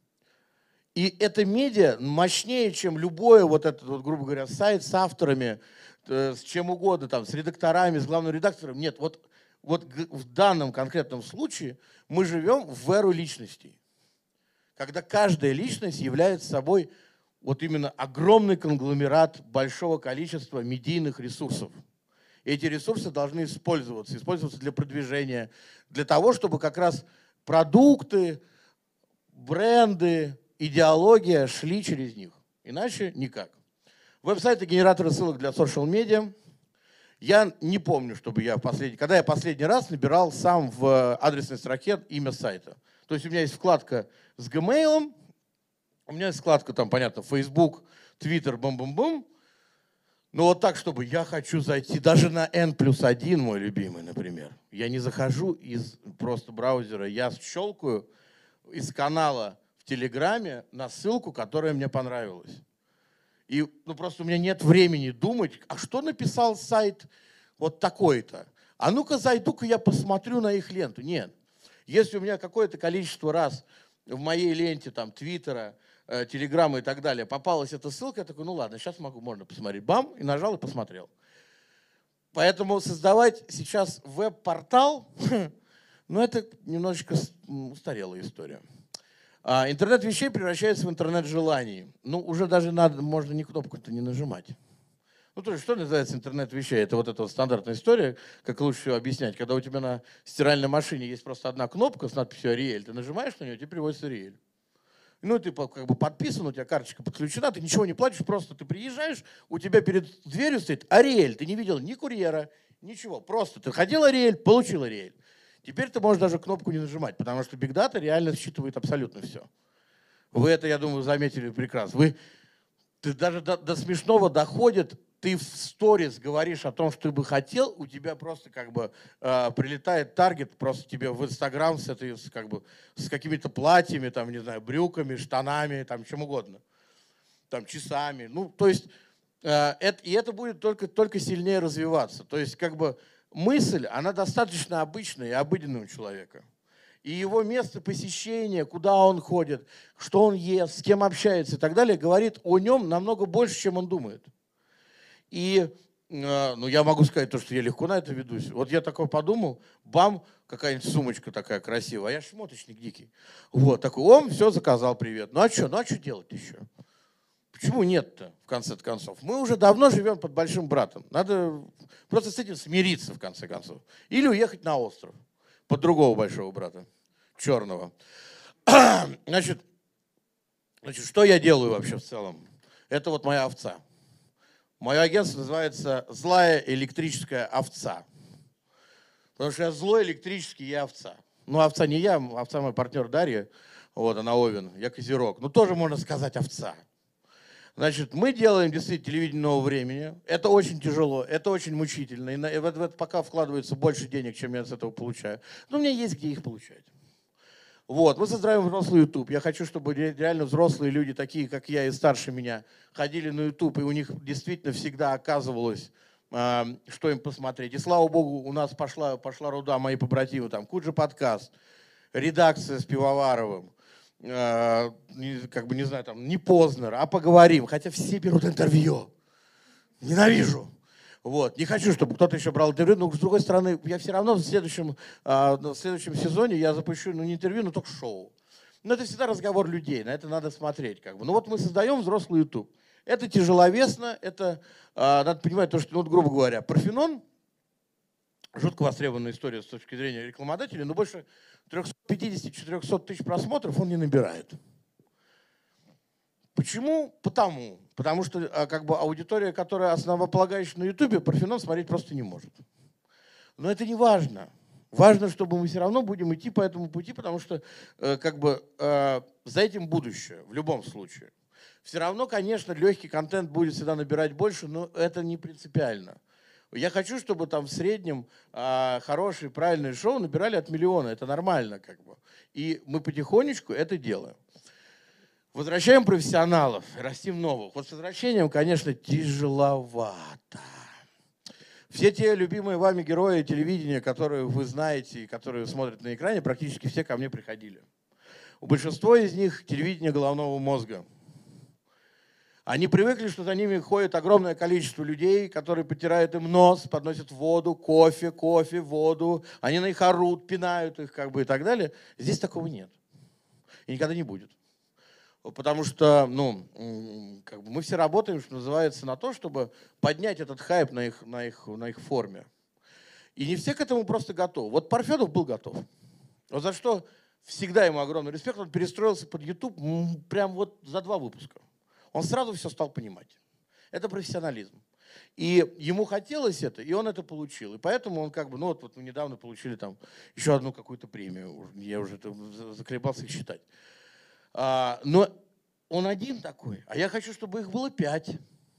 И это медиа мощнее, чем любое, вот этот, вот, грубо говоря, сайт с авторами, с чем угодно, там, с редакторами, с главным редактором. Нет, вот, вот в данном конкретном случае мы живем в эру личностей, когда каждая личность является собой вот именно огромный конгломерат большого количества медийных ресурсов. И эти ресурсы должны использоваться, использоваться для продвижения, для того, чтобы как раз продукты, бренды, идеология шли через них. Иначе никак. Веб-сайты, генераторы ссылок для социал-медиа. Я не помню, чтобы я последний, когда я последний раз набирал сам в адресной строке имя сайта. То есть у меня есть вкладка с Gmail, у меня есть вкладка, там, понятно, Facebook, Twitter, бум-бум-бум. Но вот так, чтобы я хочу зайти даже на эн плюс один, мой любимый, например. Я не захожу из просто браузера, я щелкаю из канала в Телеграме на ссылку, которая мне понравилась. И ну, просто у меня нет времени думать, а что написал сайт вот такой-то? А ну-ка зайду-ка я посмотрю на их ленту. Нет. Если у меня какое-то количество раз в моей ленте там Твиттера, э, Телеграма и так далее попалась эта ссылка, я такой, ну ладно, сейчас могу, можно посмотреть. Бам, и нажал, и посмотрел. Поэтому создавать сейчас веб-портал, ну это немножечко устарелая история. А интернет вещей превращается в интернет желаний. Ну, уже даже надо, можно ни кнопку-то не нажимать. Ну, то есть, что называется интернет вещей? Это вот эта вот стандартная история, как лучше всего объяснять. Когда у тебя на стиральной машине есть просто одна кнопка с надписью «Ариэль», ты нажимаешь на нее, тебе приводится Ариэль. Ну, ты как бы подписан, у тебя карточка подключена, ты ничего не платишь, просто ты приезжаешь, у тебя перед дверью стоит Ариэль. Ты не видел ни курьера, ничего. Просто ты ходил Ариэль, получил Ариэль. Теперь ты можешь даже кнопку не нажимать, потому что Big Data реально считывает абсолютно все. Вы это, я думаю, заметили прекрасно. Вы, ты даже до, до смешного доходит, ты в сторис говоришь о том, что ты бы хотел, у тебя просто как бы э, прилетает таргет просто тебе в Инстаграм с, этой, с, как бы, с какими-то платьями, там, не знаю, брюками, штанами, там, чем угодно, там, часами. Ну, то есть, э, это, и это будет только, только сильнее развиваться. То есть, как бы, мысль, она достаточно обычная и обыденная у человека. И его место посещения, куда он ходит, что он ест, с кем общается и так далее, говорит о нем намного больше, чем он думает. И э, ну, я могу сказать то, что я легко на это ведусь. Вот я такой подумал, бам, какая-нибудь сумочка такая красивая, а я шмоточник дикий. Вот, такой, он все заказал, привет. Ну а что, ну а что делать еще? Почему нет-то, в конце концов? Мы уже давно живем под большим братом. Надо просто с этим смириться, в конце концов. Или уехать на остров под другого большого брата, черного. Значит, значит, что я делаю вообще в целом? Это вот моя овца. Мое агентство называется «Злая электрическая овца». Потому что я злой электрический, я овца. Ну, овца не я, овца мой партнер Дарья, вот она Овен, я Козерог. Ну, тоже можно сказать овца. Значит, мы делаем действительно телевидение нового времени. Это очень тяжело, это очень мучительно. И на, и в это, в это пока вкладывается больше денег, чем я с этого получаю. Но у меня есть где их получать. Вот, мы создаем взрослый YouTube. Я хочу, чтобы реально взрослые люди, такие как я и старше меня, ходили на YouTube, и у них действительно всегда оказывалось, э, что им посмотреть. И слава богу, у нас пошла, пошла руда, мои побратимы, там, Куджи подкаст, редакция с Пивоваровым, э, как бы, не знаю, там, не Познер, а поговорим. Хотя все берут интервью. Ненавижу. Вот. Не хочу, чтобы кто-то еще брал интервью, но с другой стороны, я все равно в следующем, э, в следующем сезоне я запущу, ну, не интервью, но ток-шоу. Но это всегда разговор людей, на это надо смотреть. Как бы. Ну вот мы создаем взрослый YouTube. Это тяжеловесно, это, э, надо понимать, то, что, ну, вот, грубо говоря, Парфенон, жутко востребованная история с точки зрения рекламодателей, но больше триста пятьдесят - четыреста тысяч просмотров он не набирает. Почему? Потому. Потому что как бы, аудитория, которая основополагающая на Ютубе, Парфенон смотреть просто не может. Но это не важно. Важно, чтобы мы все равно будем идти по этому пути, потому что как бы, за этим будущее в любом случае. Все равно, конечно, легкий контент будет всегда набирать больше, но это не принципиально. Я хочу, чтобы там в среднем хорошие, правильные шоу набирали от миллиона. Это нормально. Как бы. И мы потихонечку это делаем. Возвращаем профессионалов, растим новых. Вот с возвращением, конечно, тяжеловато. Все те любимые вами герои телевидения, которые вы знаете и которые смотрят на экране, практически все ко мне приходили. У большинства из них телевидение головного мозга. Они привыкли, что за ними ходит огромное количество людей, которые потирают им нос, подносят воду, кофе, кофе, воду. Они на них орут, пинают их как бы и так далее. Здесь такого нет. И никогда не будет. Потому что, ну, как бы мы все работаем, что называется, на то, чтобы поднять этот хайп на их, на их, на их форме. И не все к этому просто готовы. Вот Парфенов был готов. Вот за что всегда ему огромный респект. Он перестроился под YouTube прям вот за два выпуска. Он сразу все стал понимать. Это профессионализм. И ему хотелось это, и он это получил. И поэтому он как бы, ну вот, вот мы недавно получили там еще одну какую-то премию. Я уже это заколебался их считать. А, но он один такой, а я хочу, чтобы их было пять.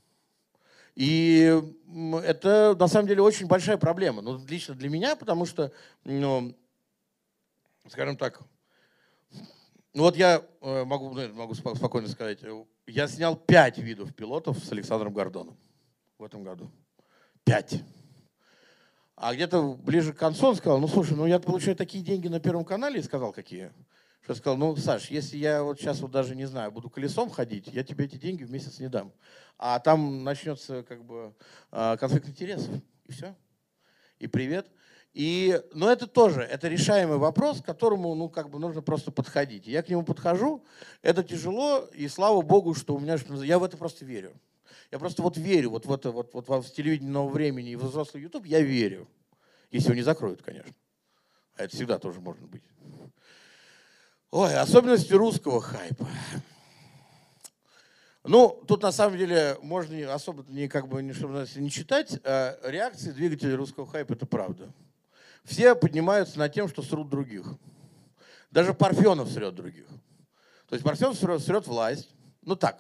И это на самом деле очень большая проблема. Ну, лично для меня, потому что, ну, скажем так, ну вот я могу, могу спокойно сказать, я снял пять видов пилотов с Александром Гордоном в этом году. Пять. А где-то ближе к концу он сказал, ну слушай, ну я получаю такие деньги на Первом канале, и сказал, какие. Что я сказал, ну, Саш, если я вот сейчас вот даже не знаю, буду колесом ходить, я тебе эти деньги в месяц не дам. А там начнется как бы конфликт интересов. И все. И привет. И, но это тоже, это решаемый вопрос, к которому, ну, как бы нужно просто подходить. Я к нему подхожу, это тяжело, и слава богу, что у меня, что я в это просто верю. Я просто вот верю, вот в это, вот, вот в телевидение нового времени и в взрослый YouTube я верю. Если его не закроют, конечно. А это всегда тоже может быть. Ой, особенности русского хайпа. Ну, тут на самом деле можно особо не, как бы, не, чтобы, не читать. А реакции двигателей русского хайпа – это правда. Все поднимаются над тем, что срут других. Даже Парфенов срет других. То есть Парфенов срет, срет власть. Ну так,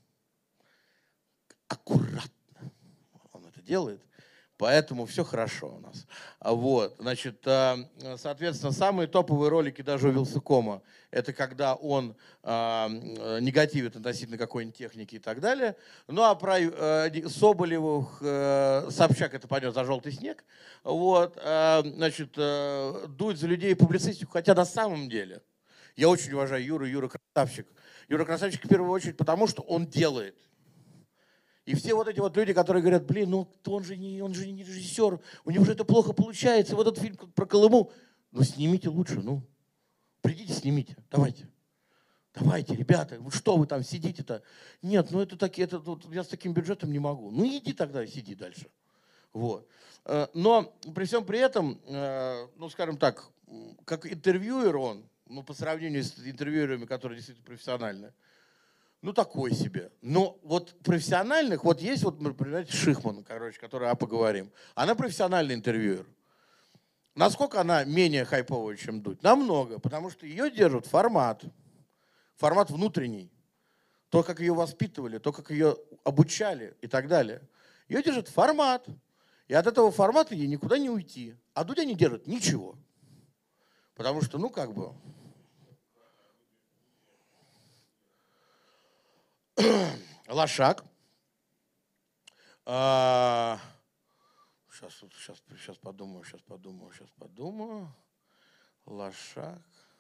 аккуратно он это делает. Поэтому все хорошо у нас. Вот, значит, соответственно, самые топовые ролики даже у Вилсакома – это когда он э, негативит относительно какой-нибудь техники и так далее. Ну а про э, Соболевых э, Собчак это пойдет за желтый снег. Вот, э, значит, э, дует за людей публицистику, хотя на самом деле я очень уважаю Юру, Юра красавчик. Юра красавчик в первую очередь потому, что он делает. И все вот эти вот люди, которые говорят, блин, ну он же не, он же не режиссер, у него же это плохо получается, вот этот фильм про Колыму. Ну снимите лучше, ну. Придите, снимите, давайте. Давайте, ребята, ну что вы там сидите-то? Нет, ну это такие, это, вот, я с таким бюджетом не могу. Ну иди тогда, сиди дальше. Вот. Но при всем при этом, ну скажем так, как интервьюер он, ну, по сравнению с интервьюерами, которые действительно профессиональные, ну, такой себе. Но вот профессиональных, вот есть, вот, например, Шихман, короче, которой о поговорим. Она профессиональный интервьюер. Насколько она менее хайповая, чем Дудь? Намного, потому что ее держит формат. Формат внутренний. То, как ее воспитывали, то, как ее обучали и так далее. Ее держит формат. И от этого формата ей никуда не уйти. А Дудя не держит ничего. Потому что, ну, как бы... Лошак. А... Сейчас, сейчас, сейчас подумаю, сейчас подумаю, сейчас подумаю. Лошак.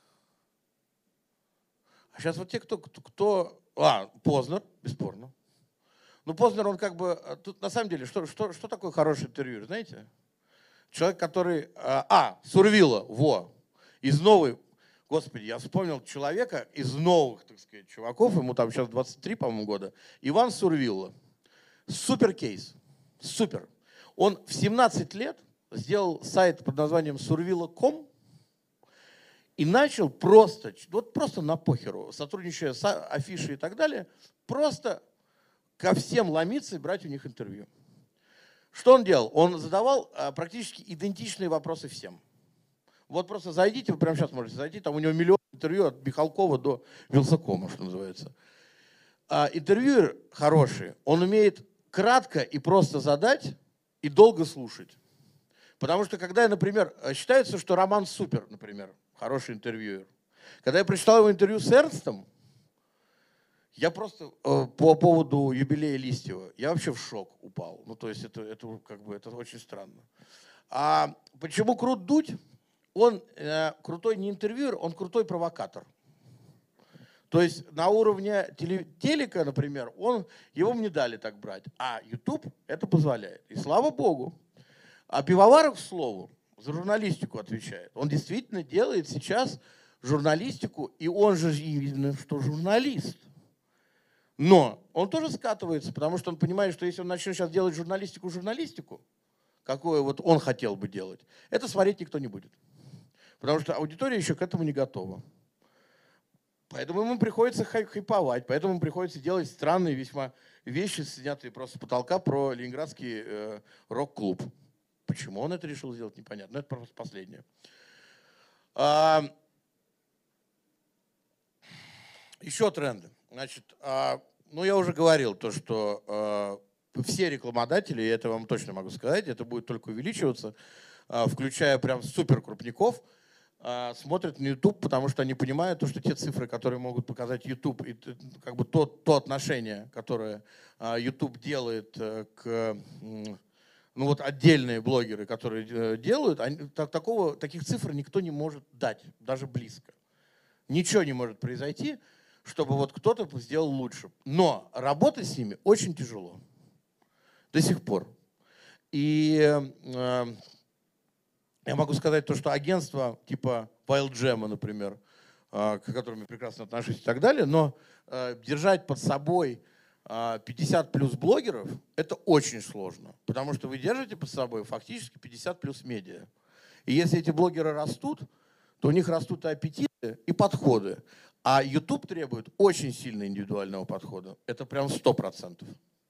А сейчас вот те, кто... кто... А, Познер, бесспорно. Ну, Познер, он как бы... Тут на самом деле, что, что, что такое хороший интервью, знаете? Человек, который... А, Сурвилла, во. Из новой... Господи, я вспомнил человека из новых, так сказать, чуваков. Ему там сейчас двадцать три, по-моему, года. Иван Сурвилла. Супер кейс. Супер. Он в семнадцать лет сделал сайт под названием сурвилла точка ком и начал просто, вот просто на похеру, сотрудничая с афишей и так далее, просто ко всем ломиться и брать у них интервью. Что он делал? Он задавал практически идентичные вопросы всем. Вот просто зайдите, вы прямо сейчас можете зайти, там у него миллион интервью от Михалкова до Вилсакома, что называется. А интервьюер хороший, он умеет кратко и просто задать и долго слушать. Потому что когда, например, считается, что Роман Супер, например, хороший интервьюер. Когда я прочитал его интервью с Эрнстом, я просто э, по поводу юбилея Листьева, я вообще в шок упал. Ну, то есть это, это, как бы, это очень странно. А почему крут Дудь? Он э, крутой не интервьюер, он крутой провокатор. То есть на уровне теле, телека, например, он, его мне дали так брать, а YouTube это позволяет. И слава богу. А Пивоваров, к слову, за журналистику отвечает. Он действительно делает сейчас журналистику, и он же именно что журналист. Но он тоже скатывается, потому что он понимает, что если он начнет сейчас делать журналистику-журналистику, какую вот он хотел бы делать, это смотреть никто не будет. Потому что аудитория еще к этому не готова. Поэтому ему приходится хайповать, поэтому ему приходится делать странные весьма вещи, снятые просто с потолка про ленинградский э, рок-клуб. Почему он это решил сделать, непонятно. Но это просто последнее. А, еще тренды. Значит, а, ну я уже говорил, то, что а, все рекламодатели, и это вам точно могу сказать, это будет только увеличиваться, а, включая прям супер крупников, смотрят на YouTube, потому что они понимают, то, что те цифры, которые могут показать YouTube, и как бы то, то отношение, которое YouTube делает к... Ну вот отдельные блогеры, которые делают, они, так, такого, таких цифр никто не может дать, даже близко. Ничего не может произойти, чтобы вот кто-то сделал лучше. Но работать с ними очень тяжело. До сих пор. И... Э, Я могу сказать то, что агентство типа Wildjam, например, к которым я прекрасно отношусь и так далее, но держать под собой пятьдесят плюс блогеров – это очень сложно, потому что вы держите под собой фактически пятьдесят плюс медиа. И если эти блогеры растут, то у них растут и аппетиты, и подходы. А YouTube требует очень сильно индивидуального подхода. Это прям сто процентов.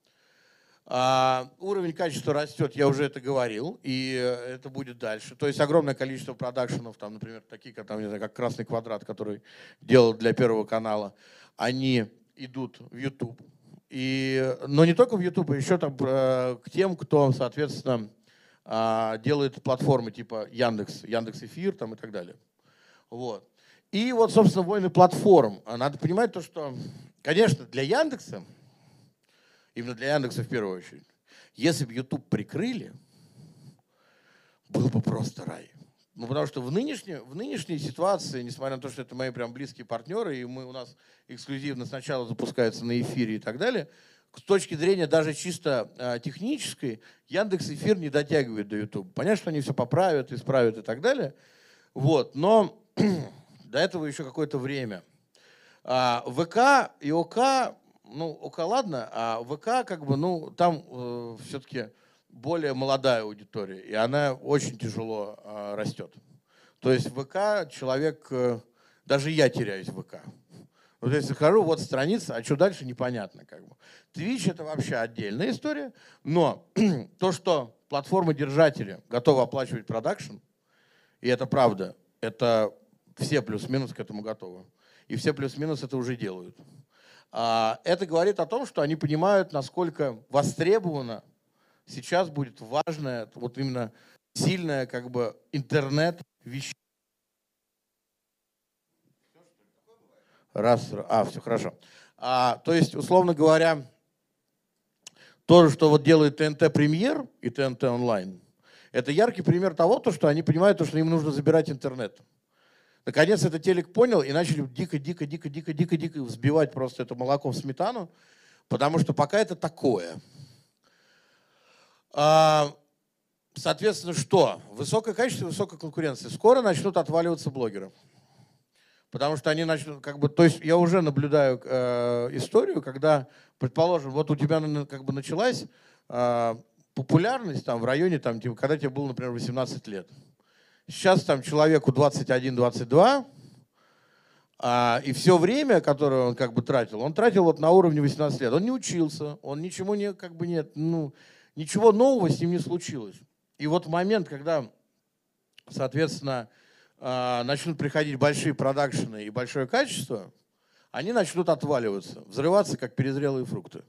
А, уровень качества растет, я уже это говорил, и это будет дальше. То есть огромное количество продакшенов, там, например, такие, как, там, не знаю, как «Красный квадрат», который делал для Первого канала, они идут в YouTube. И, но не только в YouTube, а еще там, к тем, кто, соответственно, делает платформы типа Яндекс, Яндекс.Эфир там, и так далее. Вот. И вот, собственно, войны платформ. Надо понимать то, что, конечно, для Яндекса, именно для Яндекса в первую очередь, если бы YouTube прикрыли, был бы просто рай. Ну, потому что в нынешней, в нынешней ситуации, несмотря на то, что это мои прям близкие партнеры, и мы, у нас эксклюзивно сначала запускается на эфире и так далее, с точки зрения даже чисто э, технической, Яндекс.Эфир не дотягивает до YouTube. Понятно, что они все поправят, исправят и так далее. Вот, но до этого еще какое-то время. А, ВК и ОК, ну, ОК ладно, а ВК как бы, ну, там э, все-таки более молодая аудитория, и она очень тяжело э, растет. То есть ВК человек э, Даже я теряюсь в ВК. Вот если захожу, вот страница, а что дальше, непонятно. Как бы. Twitch — это вообще отдельная история, но то, что платформы-держатели готовы оплачивать продакшн, и это правда, это все плюс-минус к этому готовы. И все плюс-минус это уже делают. Это говорит о том, что они понимают, насколько востребовано сейчас будет важное, вот именно сильное как бы интернет-вещь. Раз, а, все хорошо. А, то есть, условно говоря, то, что вот делает ТНТ Премьер и ТНТ Онлайн, это яркий пример того, то, что они понимают, то, что им нужно забирать интернет. Наконец это телек понял и начали дико-дико-дико-дико-дико-дико взбивать просто это молоко в сметану, потому что пока это такое. А, соответственно, что? Высокое качество, высокая конкуренция. Скоро начнут отваливаться блогеры. Потому что они начнут, как бы, то есть я уже наблюдаю э, историю, когда, предположим, вот у тебя как бы началась э, популярность там в районе, там, типа, когда тебе было, например, восемнадцать лет. Сейчас там человеку двадцать один — двадцать два, а, и все время, которое он как бы тратил, он тратил вот на уровне восемнадцати лет. Он не учился, он ничему не, как бы нет, ну, ничего нового с ним не случилось. И вот в момент, когда, соответственно, начнут приходить большие продакшены и большое качество, они начнут отваливаться, взрываться, как перезрелые фрукты.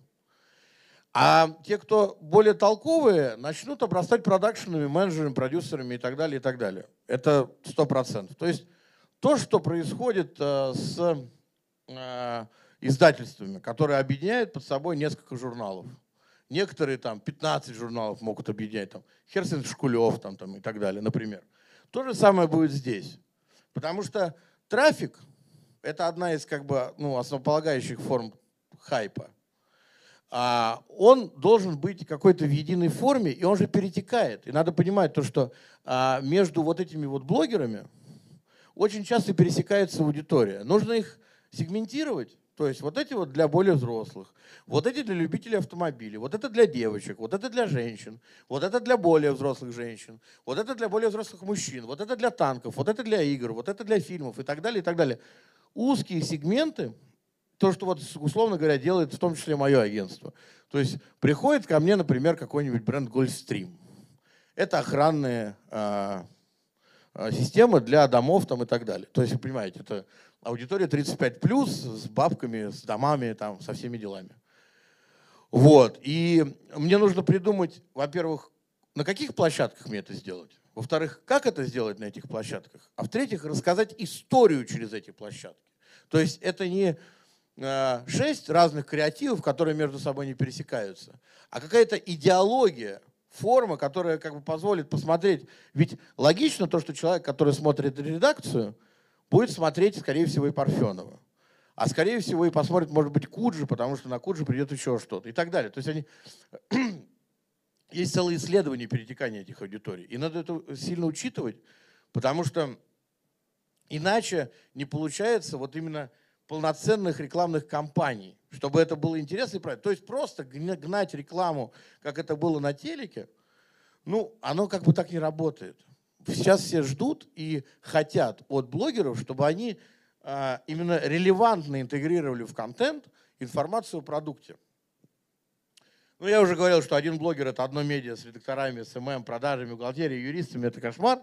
А те, кто более толковые, начнут обрастать продакшенами, менеджерами, продюсерами и так далее, и так далее. Это сто процентов. То есть то, что происходит с издательствами, которые объединяют под собой несколько журналов. Некоторые там пятнадцать журналов могут объединять, там Херсен Шкулев там, там, и так далее, например. То же самое будет здесь. Потому что трафик — это одна из как бы, ну, основополагающих форм хайпа. А он должен быть какой-то в единой форме, и он же перетекает. И надо понимать то, что а, между вот этими вот блогерами очень часто пересекается аудитория. Нужно их сегментировать. То есть вот эти вот для более взрослых, вот эти для любителей автомобилей, вот это для девочек, вот это для женщин, вот это для более взрослых женщин, вот это для более взрослых мужчин, вот это для танков, вот это для игр, вот это для фильмов и так далее, и так далее. Узкие сегменты, то, что вот условно говоря делает в том числе мое агентство. То есть приходит ко мне, например, какой-нибудь бренд Gulfstream. Это охранные а, а, системы для домов там, и так далее. То есть вы понимаете, это аудитория тридцать пять плюс, с бабками, с домами, там, со всеми делами. Вот. И мне нужно придумать, во-первых, на каких площадках мне это сделать. Во-вторых, как это сделать на этих площадках. А в-третьих, рассказать историю через эти площадки. То есть это не э, шесть разных креативов, которые между собой не пересекаются, а какая-то идеология, форма, которая как бы позволит посмотреть. Ведь логично то, что человек, который смотрит редакцию, будет смотреть, скорее всего, и Парфенова. А скорее всего и посмотрит, может быть, Куджи, потому что на Куджи придет еще что-то и так далее. То есть они... есть целые исследования перетекания этих аудиторий. И надо это сильно учитывать, потому что иначе не получается вот именно полноценных рекламных кампаний, чтобы это было интересно и правильно. То есть просто гнать рекламу, как это было на телеке, ну, оно как бы так не работает. Сейчас все ждут и хотят от блогеров, чтобы они а, именно релевантно интегрировали в контент информацию о продукте. Ну, я уже говорил, что один блогер — это одно медиа с редакторами, с эм эм, продажами, бухгалтерией, юристами. Это кошмар.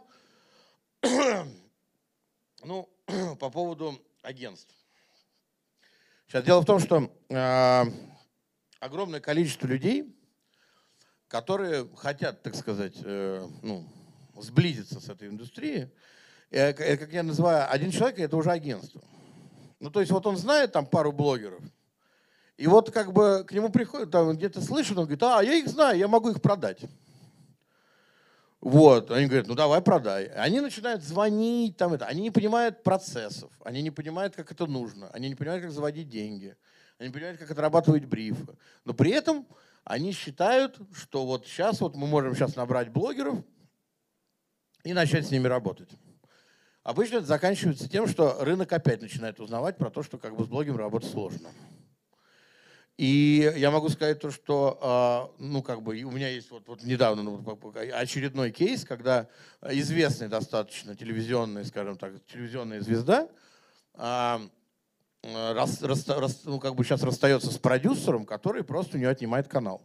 Ну, по поводу агентств. Сейчас дело в том, что э, огромное количество людей, которые хотят, так сказать, э, ну, сблизиться с этой индустрией, э, как я называю, один человек — это уже агентство. Ну, то есть вот он знает там пару блогеров, и вот как бы к нему приходят, там где-то слышат, он говорит: а, я их знаю, я могу их продать. Вот, они говорят: ну давай продай. Они начинают звонить, там это. Они не понимают процессов, они не понимают, как это нужно, они не понимают, как заводить деньги, они не понимают, как отрабатывать брифы. Но при этом они считают, что вот сейчас вот мы можем сейчас набрать блогеров и начать с ними работать. Обычно это заканчивается тем, что рынок опять начинает узнавать про то, что как бы с блогером работать сложно. И я могу сказать то, что, ну, как бы, у меня есть вот, вот недавно ну, очередной кейс, когда известный достаточно телевизионный, скажем так, телевизионная звезда а, рас, рас, рас, ну, как бы сейчас расстается с продюсером, который просто у нее отнимает канал.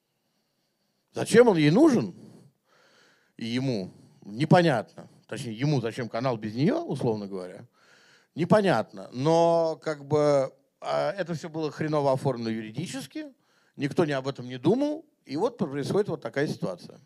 Зачем он ей нужен? И ему непонятно. Точнее, ему зачем канал без нее, условно говоря, непонятно. Но как бы это все было хреново оформлено юридически, никто не об этом не думал, и вот происходит вот такая ситуация.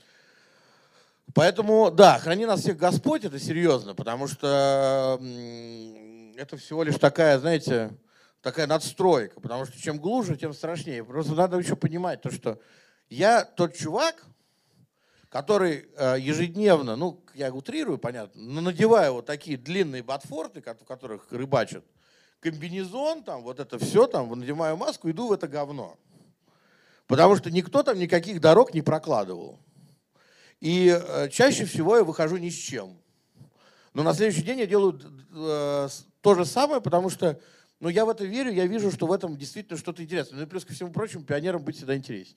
Поэтому, да, храни нас всех Господь, это серьезно, потому что это всего лишь такая, знаете, такая надстройка, потому что чем глубже, тем страшнее. Просто надо еще понимать то, что я тот чувак, который ежедневно, ну, я утрирую, понятно, но надеваю вот такие длинные ботфорты, в которых рыбачат, комбинезон, там, вот это все, там, надеваю маску, иду в это говно. Потому что никто там никаких дорог не прокладывал. И э, чаще всего я выхожу ни с чем. Но на следующий день я делаю э, то же самое, потому что ну, я в это верю, я вижу, что в этом действительно что-то интересное. Ну и плюс ко всему прочему, пионерам быть всегда интереснее.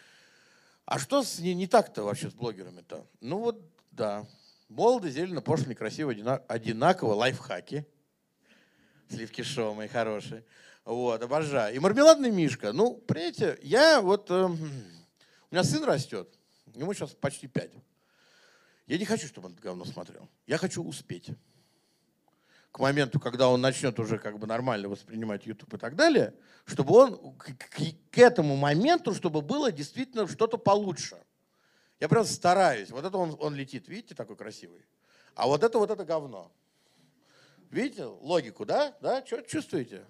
А что с, не, не так-то вообще с блогерами-то? Ну вот, да. Молодо, зелено, пошло, красиво, одинаково, лайфхаки. Сливки шоу мои хорошие. Вот, обожаю. И мармеладный мишка. Ну, понимаете, я вот... Э, у меня сын растет. Ему сейчас почти пять. Я не хочу, чтобы он это говно смотрел. Я хочу успеть. К моменту, когда он начнет уже как бы нормально воспринимать YouTube и так далее, чтобы он к, к, к этому моменту, чтобы было действительно что-то получше. Я прям стараюсь. Вот это он, он летит, видите, такой красивый. А вот это вот это говно. Видите логику, да? Да? Что чувствуете?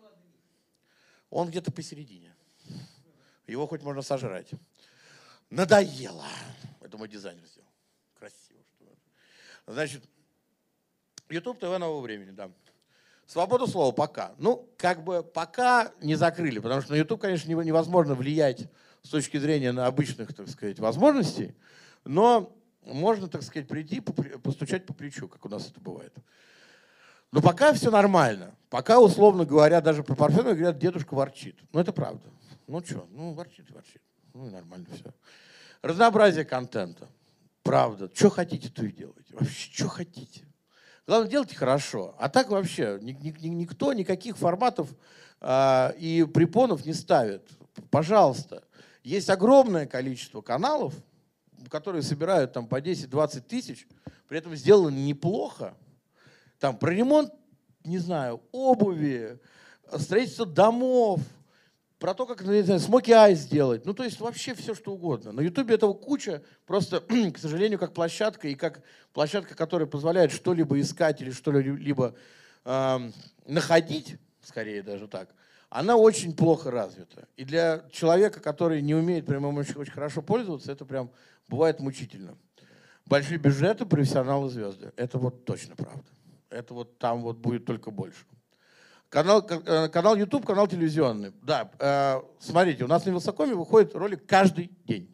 Он где-то посередине. Его хоть можно сожрать. Надоело. Это мой дизайнер сделал. Красиво. Значит, YouTube ТВ нового времени, да. Свобода слова пока. Ну, как бы пока не закрыли, потому что на YouTube, конечно, невозможно влиять с точки зрения на обычных, так сказать, возможностей, но можно, так сказать, прийти, постучать по плечу, как у нас это бывает. Но пока все нормально. Пока, условно говоря, даже про Парфенова говорят, дедушка ворчит. Ну, это правда. Ну, что, ну, ворчит, ворчит. Ну, и нормально все. Разнообразие контента. Правда. Что хотите, то и делайте. Вообще, что хотите. Главное, делайте хорошо. А так вообще ни, ни, никто никаких форматов э, и препонов не ставит. Пожалуйста. Есть огромное количество каналов, которые собирают там по десять-двадцать тысяч, при этом сделано неплохо. Там про ремонт, не знаю, обуви, строительство домов, про то, как, не знаю, смоки айс сделать. Ну, то есть вообще все, что угодно. На Ютубе этого куча, просто, к сожалению, как площадка, и как площадка, которая позволяет что-либо искать или что-либо э, находить, скорее даже так, она очень плохо развита. И для человека, который не умеет прям очень, очень хорошо пользоваться, это прям бывает мучительно. Большие бюджеты, профессионалы, звезды. Это вот точно правда. Это вот там вот будет только больше. Канал, канал YouTube, канал телевизионный. Да, э, смотрите, у нас на Вилсакоме выходит ролик каждый день.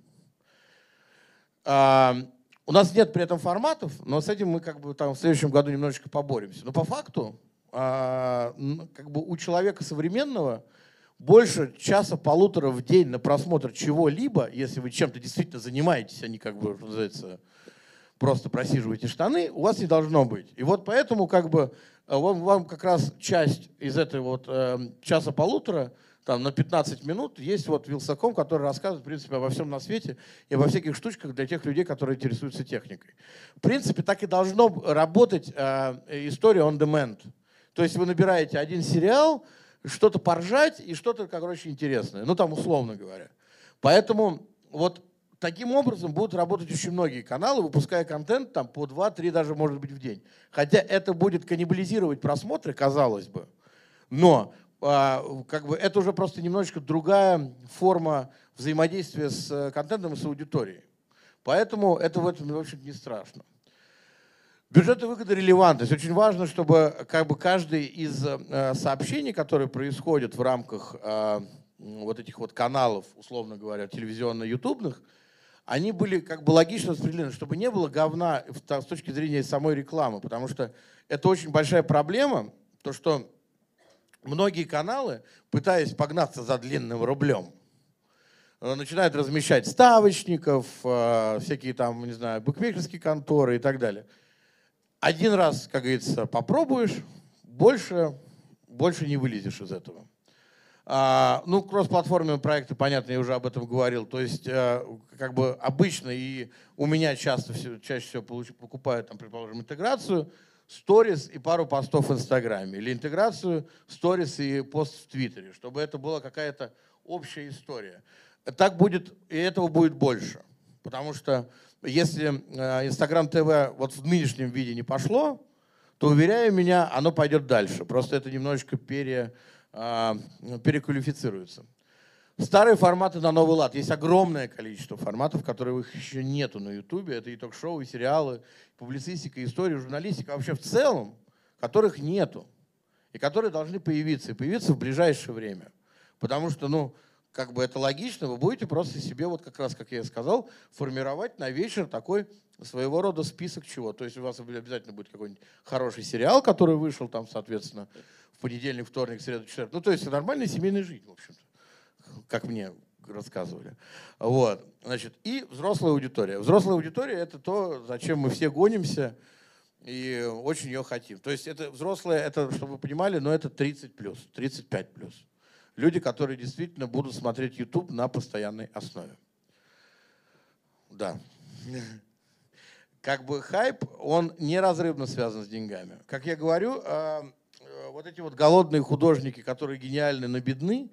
Э, у нас нет при этом форматов, но с этим мы как бы там в следующем году немножечко поборемся. Но по факту, э, как бы у человека современного больше часа-полутора в день на просмотр чего-либо, если вы чем-то действительно занимаетесь, а не как бы, называется, просто просиживаете штаны, у вас не должно быть. И вот поэтому как бы вам, вам как раз часть из этой вот э, часа-полутора, там на пятнадцать минут, есть вот Вилсаком, который рассказывает, в принципе, обо всем на свете и обо всяких штучках для тех людей, которые интересуются техникой. В принципе, так и должно работать э, история on demand. То есть вы набираете один сериал, что-то поржать и что-то, короче, интересное. Ну, там условно говоря. Поэтому вот таким образом будут работать очень многие каналы, выпуская контент там по два-три даже, может быть, в день. Хотя это будет каннибализировать просмотры, казалось бы. Но а, как бы это уже просто немножечко другая форма взаимодействия с контентом и с аудиторией. Поэтому это в этом, в общем, не страшно. Бюджет и выгода, релевантность. Очень важно, чтобы как бы каждый из э, сообщений, которые происходят в рамках э, вот этих вот каналов, условно говоря, телевизионно-ютубных, они были как бы логично распределены, чтобы не было говна с точки зрения самой рекламы, потому что это очень большая проблема, то что многие каналы, пытаясь погнаться за длинным рублем, начинают размещать ставочников, всякие там, не знаю, букмекерские конторы и так далее. Один раз, как говорится, попробуешь, больше, больше не вылезешь из этого. А, ну, кроссплатформенные проекты, понятно, я уже об этом говорил. То есть, а, как бы обычно, и у меня часто, все, чаще всего получ, покупают, там, предположим, интеграцию, сторис и пару постов в Инстаграме. Или интеграцию, сторис и пост в Твиттере, чтобы это была какая-то общая история. Так будет, и этого будет больше. Потому что если Инстаграм ТВ вот в нынешнем виде не пошло, то, уверяю меня, оно пойдет дальше. Просто это немножечко пере, переквалифицируется. Старые форматы на новый лад. Есть огромное количество форматов, которых еще нету на Ютубе. Это и ток-шоу, и сериалы, и публицистика, и история, журналистика. Вообще в целом, которых нету. И которые должны появиться. И появиться в ближайшее время. Потому что, ну, как бы это логично, вы будете просто себе, вот как раз, как я и сказал, формировать на вечер такой своего рода список чего. То есть у вас обязательно будет какой-нибудь хороший сериал, который вышел там, соответственно, в понедельник, вторник, среду, четверг. Ну, то есть нормальная семейная жизнь, в общем-то, как мне рассказывали. Вот. Значит, и взрослая аудитория. Взрослая аудитория — это то, зачем мы все гонимся и очень ее хотим. То есть это взрослые, это, чтобы вы понимали, но это тридцать плюс, тридцать пять плюс. Люди, которые действительно будут смотреть YouTube на постоянной основе. Да. Как бы хайп, он неразрывно связан с деньгами. Как я говорю, вот эти вот голодные художники, которые гениальны, но бедны,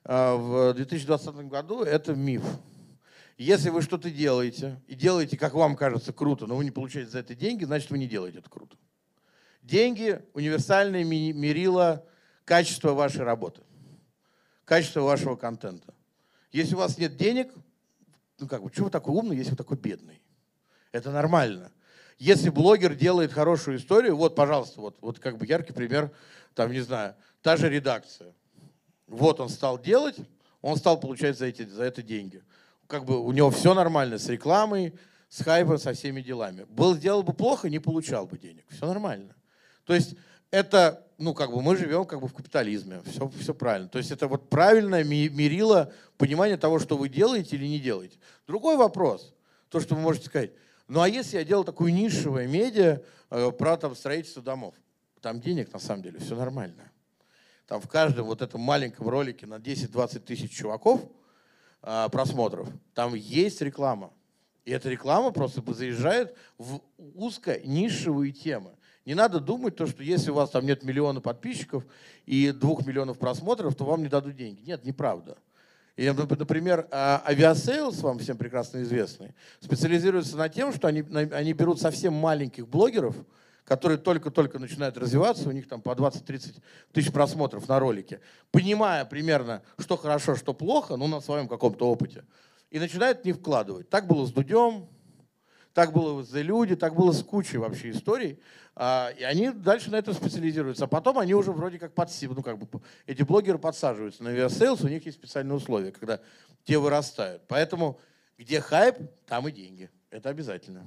в две тысячи двадцатом году это миф. Если вы что-то делаете, и делаете, как вам кажется, круто, но вы не получаете за это деньги, значит, вы не делаете это круто. Деньги – универсальное мерило качества вашей работы, качества вашего контента. Если у вас нет денег, ну как бы, что вы такой умный, если вы такой бедный? Это нормально. Если блогер делает хорошую историю, вот, пожалуйста, вот, вот как бы яркий пример, там, не знаю, та же редакция. Вот он стал делать, он стал получать за, эти, за это деньги. Как бы у него все нормально с рекламой, с хайпом, со всеми делами. Был, сделал бы плохо, не получал бы денег. Все нормально. То есть это, ну как бы мы живем как бы в капитализме. Все, все правильно. То есть это вот правильное мерило понимания того, что вы делаете или не делаете. Другой вопрос, то, что вы можете сказать, ну а если я делал такую нишевое медиа э, про там, строительство домов? Там денег на самом деле, все нормально. Там в каждом вот этом маленьком ролике на десять-двадцать тысяч чуваков э, просмотров, там есть реклама. И эта реклама просто заезжает в узко-нишевые темы. Не надо думать, то, что если у вас там нет миллиона подписчиков и двух миллионов просмотров, то вам не дадут деньги. Нет, неправда. И, например, Aviasales, вам всем прекрасно известный, специализируется на тем, что они, они берут совсем маленьких блогеров, которые только-только начинают развиваться, у них там по двадцать-тридцать тысяч просмотров на ролике, понимая примерно, что хорошо, что плохо, ну, на своем каком-то опыте, и начинают в них вкладывать. Так было с Дудем, так было с The Люди, так было с кучей вообще историй, и они дальше на этом специализируются. А потом они уже вроде как подсаживаются, ну, как бы эти блогеры подсаживаются на Aviasales, у них есть специальные условия, когда те вырастают. Поэтому где хайп, там и деньги. Это обязательно.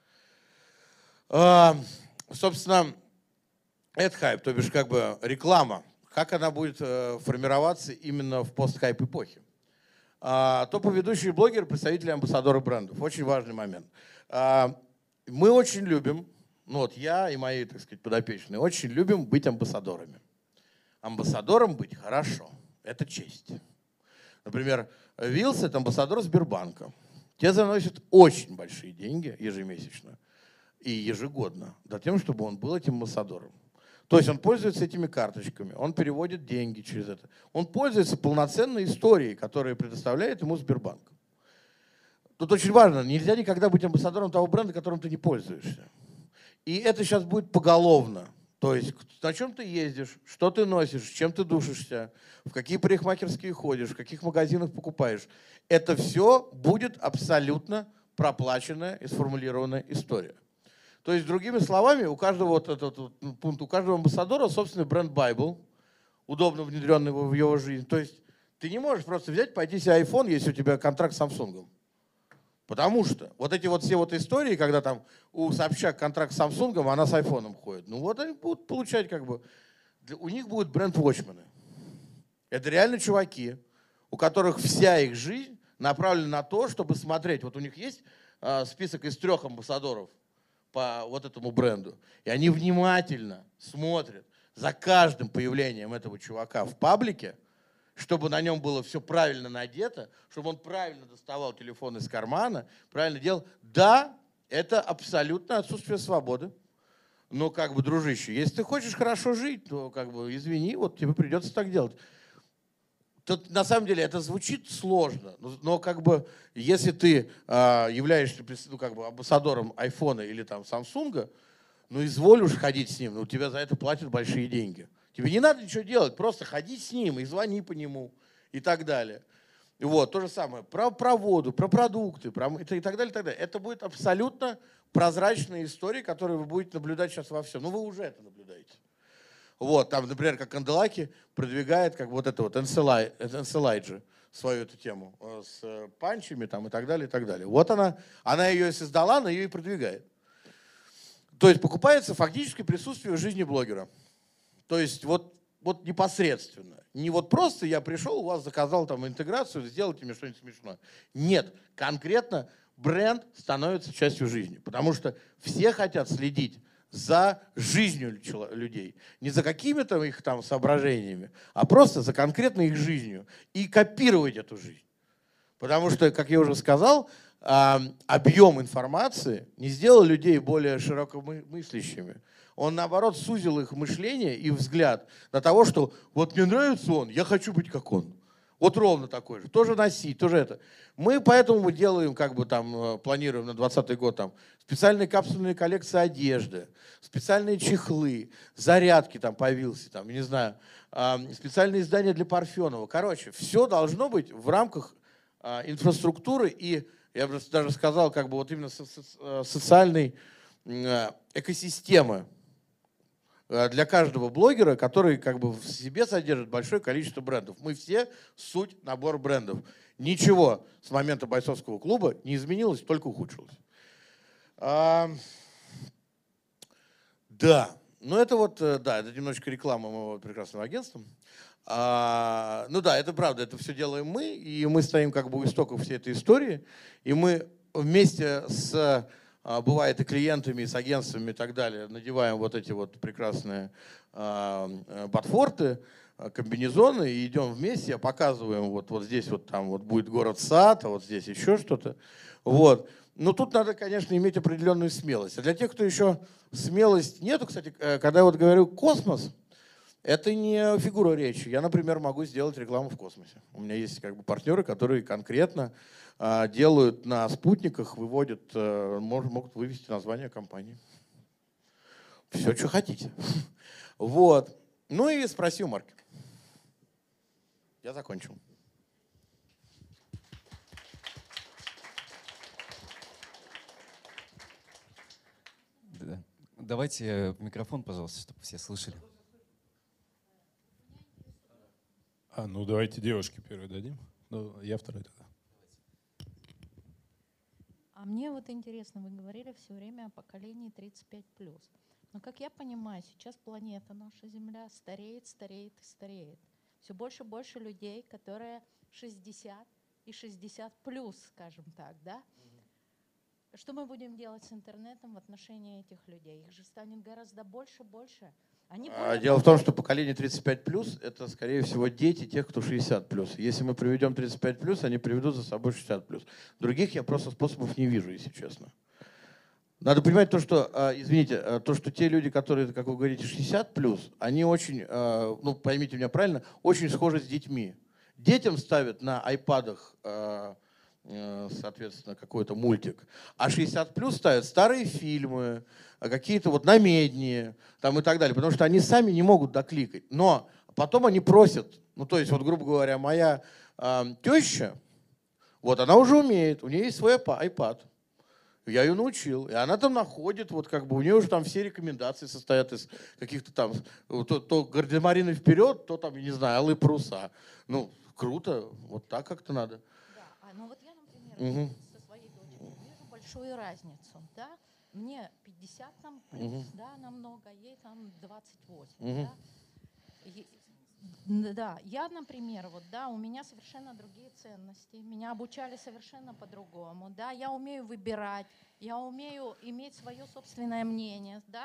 Собственно, это хайп, то бишь как бы реклама. Как она будет формироваться именно в пост-хайп эпохе? Топоведущие блогеры, представители амбассадоры брендов. Очень важный момент. Мы очень любим, ну вот я и мои, так сказать, подопечные, очень любим быть амбассадорами. Амбассадором быть хорошо. Это честь. Например, Вилс – это амбассадор Сбербанка. Те заносят очень большие деньги ежемесячно и ежегодно для того, чтобы он был этим амбассадором. То есть он пользуется этими карточками, он переводит деньги через это. Он пользуется полноценной историей, которую предоставляет ему Сбербанк. Тут очень важно, нельзя никогда быть амбассадором того бренда, которым ты не пользуешься. И это сейчас будет поголовно. То есть на чем ты ездишь, что ты носишь, чем ты душишься, в какие парикмахерские ходишь, в каких магазинах покупаешь. Это все будет абсолютно проплаченная и сформулированная история. То есть, другими словами, у каждого вот этот вот пункт, у каждого амбассадора собственный бренд Bible, удобно внедренный в его жизнь. То есть ты не можешь просто взять, пойти себе iPhone, если у тебя контракт с Samsung. Потому что вот эти вот все вот истории, когда там у Собчак контракт с Samsung, она с айфоном ходит. Ну вот они будут получать как бы... У них будет бренд-вотчмены. Это реально чуваки, у которых вся их жизнь направлена на то, чтобы смотреть. Вот у них есть э, список из трех амбассадоров по вот этому бренду. И они внимательно смотрят за каждым появлением этого чувака в паблике, чтобы на нем было все правильно надето, чтобы он правильно доставал телефон из кармана, правильно делал. Да, это абсолютно отсутствие свободы. Но как бы, дружище, если ты хочешь хорошо жить, то как бы извини, вот тебе придется так делать. Тут, на самом деле это звучит сложно, но, но как бы если ты э, являешься ну, как бы амбассадором айфона или там Самсунга, ну изволь уж ходить с ним, но у тебя за это платят большие деньги. Тебе не надо ничего делать, просто ходи с ним и звони по нему и так далее. Вот, то же самое про, про воду, про продукты про, и так далее, и так далее. Это будет абсолютно прозрачная история, которую вы будете наблюдать сейчас во всем. Ну вы уже это наблюдаете. Вот, там, например, как Канделаки продвигает как вот это вот Энселайджи, свою эту тему с панчами там и так далее, и так далее. Вот она, она ее создала, она ее и продвигает. То есть покупается фактически присутствие в жизни блогера. То есть вот, вот непосредственно. Не вот просто я пришел, у вас заказал там интеграцию, сделайте мне что-нибудь смешное. Нет, конкретно бренд становится частью жизни. Потому что все хотят следить за жизнью людей. Не за какими-то их там соображениями, а просто за конкретной их жизнью. И копировать эту жизнь. Потому что, как я уже сказал, объем информации не сделал людей более широкомыслящими. Он, наоборот, сузил их мышление и взгляд на того, что вот мне нравится он, я хочу быть как он. Вот ровно такой же. Тоже носить, тоже это. Мы поэтому делаем, как бы там, планируем на двадцатый год там специальные капсульные коллекции одежды, специальные чехлы, зарядки там появился, там, не знаю, специальные издания для Парфенова. Короче, все должно быть в рамках инфраструктуры и, я бы даже сказал, как бы вот именно социальной экосистемы для каждого блогера, который как бы в себе содержит большое количество брендов. Мы все суть набор брендов. Ничего с момента бойцовского клуба не изменилось, только ухудшилось. А, да, ну это вот, да, это немножечко реклама моего прекрасного агентства. А, ну да, это правда, это все делаем мы, и мы стоим как бы у истоков всей этой истории, и мы вместе с... бывает и клиентами, и с агентствами и так далее, надеваем вот эти вот прекрасные э, ботфорты, комбинезоны, и идем вместе, показываем, вот, вот здесь вот там вот будет город-сад, а вот здесь еще что-то. Вот. Но тут надо, конечно, иметь определенную смелость. А для тех, кто еще смелость нету, кстати, когда я вот говорю «космос», это не фигура речи. Я, например, могу сделать рекламу в космосе. У меня есть как бы партнеры, которые конкретно а, делают на спутниках, выводят, а, может, могут вывести название компании. Все, что хотите. Вот. Ну и спроси у Марки. Я закончил. Да. Давайте микрофон, пожалуйста, чтобы все слышали. А, ну давайте девушке первой дадим. Ну, я второй тогда. А мне вот интересно, вы говорили все время о поколении тридцать пять плюс. Но, как я понимаю, сейчас планета наша Земля стареет, стареет и стареет. Все больше и больше людей, которые шестьдесят и шестьдесят плюс, скажем так, да? Что мы будем делать с интернетом в отношении этих людей? Их же станет гораздо больше и больше. Они а, дело в том, что поколение тридцать пять плюс это, скорее всего, дети тех, кто шестьдесят плюс. Если мы приведем тридцать пять плюс, они приведут за собой шестьдесят плюс. Других я просто способов не вижу, если честно. Надо понимать то, что, извините, то, что те люди, которые, как вы говорите, шестьдесят плюс, они очень, ну, поймите меня правильно, очень схожи с детьми. Детям ставят на айпадах, соответственно, какой-то мультик, а шестьдесят плюс ставят старые фильмы, какие-то вот намедни там и так далее, потому что они сами не могут докликать. Но потом они просят, ну, то есть, вот, грубо говоря, моя теща, вот, она уже умеет, у нее есть свой айпад. Я ее научил, и она там находит, вот как бы у нее уже там все рекомендации состоят из каких-то там, то, то гардемарины вперед, то там, я не знаю, алые паруса. Ну, круто, вот так как-то надо. Да, а, ну вот я, например, Угу. со своей дочерью вижу большую разницу, да? Мне пятьдесят там плюс, Угу. да, намного, ей там двадцать восемь, Угу. да? И, да, я, например, вот, да, у меня совершенно другие ценности, меня обучали совершенно по-другому, да, я умею выбирать, я умею иметь свое собственное мнение, да,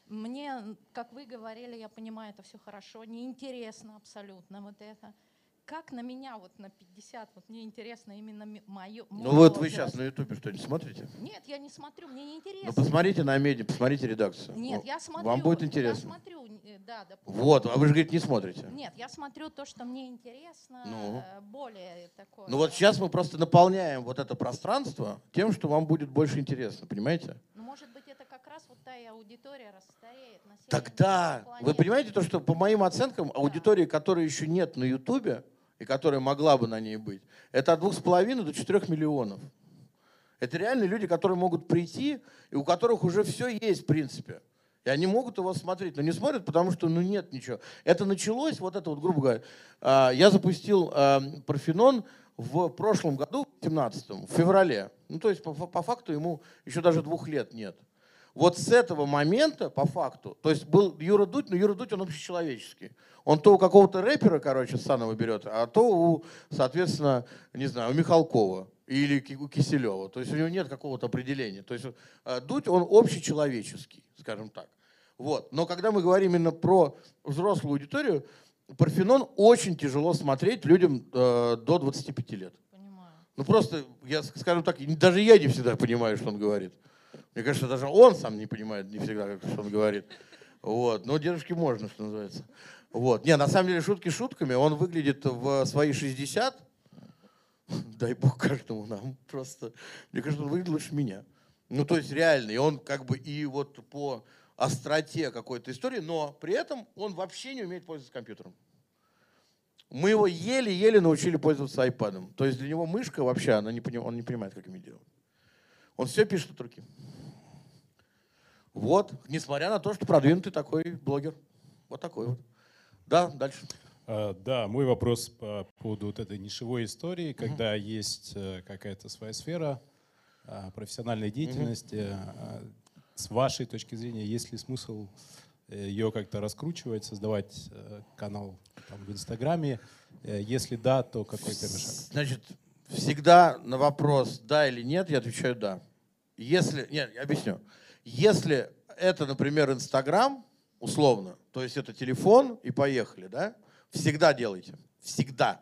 Мне, как вы говорили, я понимаю, это все хорошо, неинтересно абсолютно вот это. Как на меня вот на пятьдесят, вот мне интересно именно мое. Ну вот вы сейчас на Ютубе что-нибудь смотрите? Нет, я не смотрю, мне не интересно. Ну посмотрите на медиа, посмотрите редакцию. Нет, я смотрю. Вам будет интересно. Я смотрю, да, допустим. Вот, а вы же, говорите, не смотрите. Нет, я смотрю то, что мне интересно, Ну. более такое. Ну вот сейчас мы просто наполняем вот это пространство тем, что вам будет больше интересно, понимаете? Ну, может быть, это как раз вот та и аудитория расстареет. На Тогда, вы понимаете то, что по моим оценкам, Да. аудитории, которой еще нет на Ютубе, и которая могла бы на ней быть, это от двух с половиной до четырех миллионов. Это реально люди, которые могут прийти, и у которых уже все есть, в принципе. И они могут его смотреть, но не смотрят, потому что ну нет ничего. Это началось, вот это вот, грубо говоря, я запустил Парфенон в прошлом году, в семнадцатом, в феврале. Ну, то есть, по, по факту, ему еще даже двух лет нет. Вот с этого момента, по факту, то есть был Юра Дудь, но Юра Дудь, он общечеловеческий. Он то у какого-то рэпера, короче, Санова берет, а то у, соответственно, не знаю, у Михалкова или у Киселева. То есть у него нет какого-то определения. То есть Дудь, он общечеловеческий, скажем так. Вот. Но когда мы говорим именно про взрослую аудиторию, Парфенон очень тяжело смотреть людям э, до двадцати пяти лет. Понимаю. Ну просто, я, скажем так, даже я не всегда понимаю, что он говорит. Мне кажется, даже он сам не понимает не всегда, что он говорит. Вот. Но дедушке можно, что называется. Вот. Не, на самом деле, шутки шутками, он выглядит в свои шестьдесят, дай бог каждому нам, просто, мне кажется, он выглядит лучше меня. Ну, то есть реально, и он как бы и вот по остроте какой-то истории, но при этом он вообще не умеет пользоваться компьютером. Мы его еле-еле научили пользоваться айпадом. То есть для него мышка вообще, она не поним, он не понимает, как ими делать. Он все пишет от руки. Вот, несмотря на то, что продвинутый такой блогер. Вот такой вот. Да, дальше. А, да, мой вопрос по поводу вот этой нишевой истории, когда uh-huh. есть э, какая-то своя сфера э, профессиональной деятельности. Uh-huh. Э, с вашей точки зрения, есть ли смысл ее как-то раскручивать, создавать э, канал там, в Инстаграме? Э, если да, то какой первый шаг? Значит, всегда на вопрос «да» или «нет» я отвечаю «да». Если, нет, я объясню. Если это, например, Инстаграм, условно, то есть это телефон и поехали, да, всегда делайте. Всегда.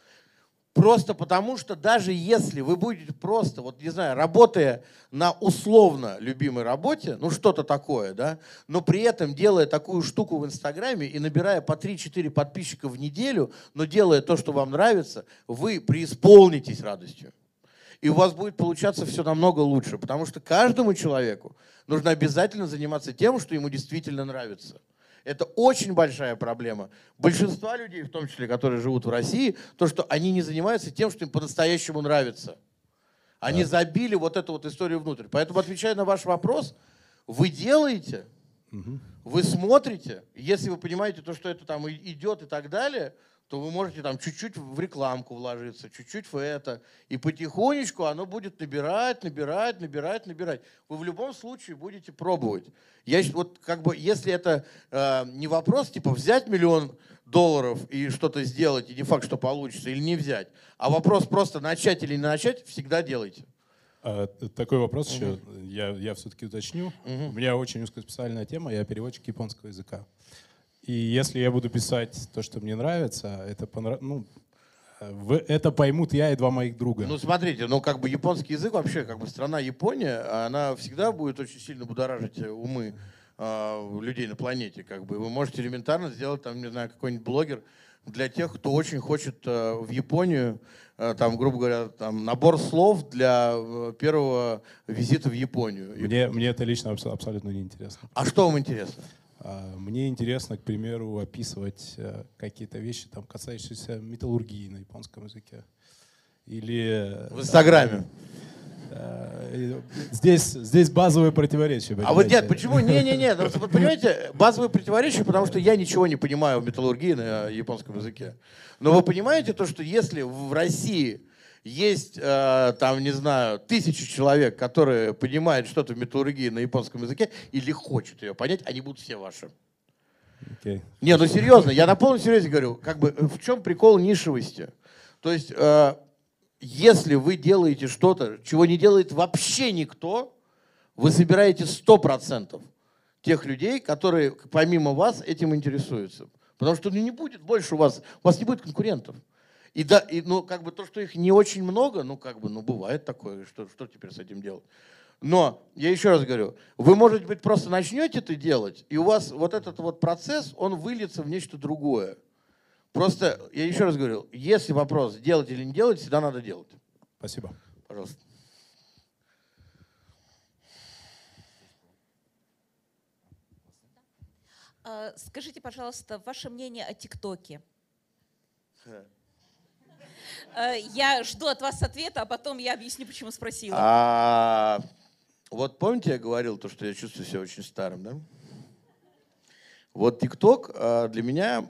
Просто потому, что даже если вы будете просто, вот не знаю, работая на условно любимой работе, ну что-то такое, да, но при этом делая такую штуку в Инстаграме и набирая по три-четыре подписчика в неделю, но делая то, что вам нравится, вы преисполнитесь радостью. И у вас будет получаться все намного лучше, потому что каждому человеку нужно обязательно заниматься тем, что ему действительно нравится. Это очень большая проблема. Большинство людей, в том числе, которые живут в России, то, что они не занимаются тем, что им по-настоящему нравится. Они да. забили вот эту вот историю внутрь. Поэтому, отвечая на ваш вопрос, вы делаете, угу. вы смотрите, если вы понимаете, то, что это там идет и так далее, то вы можете там чуть-чуть в рекламку вложиться, чуть-чуть в это. И потихонечку оно будет набирать, набирать, набирать, набирать. Вы в любом случае будете пробовать. Я, вот, как бы, если это э, не вопрос, типа взять миллион долларов и что-то сделать, и не факт, что получится, или не взять, а вопрос просто начать или не начать, всегда делайте. А, такой вопрос угу. еще, я, я все-таки уточню. Угу. У меня очень узкоспециальная тема, я переводчик японского языка. И если я буду писать то, что мне нравится, это, понрав... ну, это поймут я и два моих друга. Ну, смотрите, ну, как бы японский язык вообще, как бы страна Япония, она всегда будет очень сильно будоражить умы э, людей на планете. Как бы. Вы можете элементарно сделать, там, не знаю, какой-нибудь блогер для тех, кто очень хочет э, в Японию, э, там, грубо говоря, там, набор слов для э, первого визита в Японию. Мне, мне это лично абс- абсолютно неинтересно. А что вам интересно? Мне интересно, к примеру, описывать какие-то вещи, там, касающиеся металлургии на японском языке. Или... В Инстаграме. Здесь, здесь базовые противоречия. Понимаете? А вот нет, почему? Не-не-не. Вы понимаете, базовые противоречия, потому что я ничего не понимаю в металлургии на японском языке. Но вы понимаете то, что если в России есть, э, там, не знаю, тысячи человек, которые понимают что-то в металлургии на японском языке или хочет ее понять, они будут все ваши. Okay. Не, ну серьезно, я на полном серьезе говорю, как бы в чем прикол нишевости? То есть, э, если вы делаете что-то, чего не делает вообще никто, вы собираете сто процентов тех людей, которые помимо вас этим интересуются. Потому что ну, не будет больше у вас, у вас не будет конкурентов. И да, и, ну, как бы то, что их не очень много, ну, как бы, ну, бывает такое, что, что теперь с этим делать? Но, я еще раз говорю, вы, может быть, просто начнете это делать, и у вас вот этот вот процесс, он выльется в нечто другое. Просто, я еще раз говорю, если вопрос, делать или не делать, всегда надо делать. Спасибо. Пожалуйста. Скажите, пожалуйста, ваше мнение о ТикТоке. Я жду от вас ответа, а потом я объясню, почему спросила. А, вот помните, я говорил, то, что я чувствую себя очень старым, да? Вот ТикТок для меня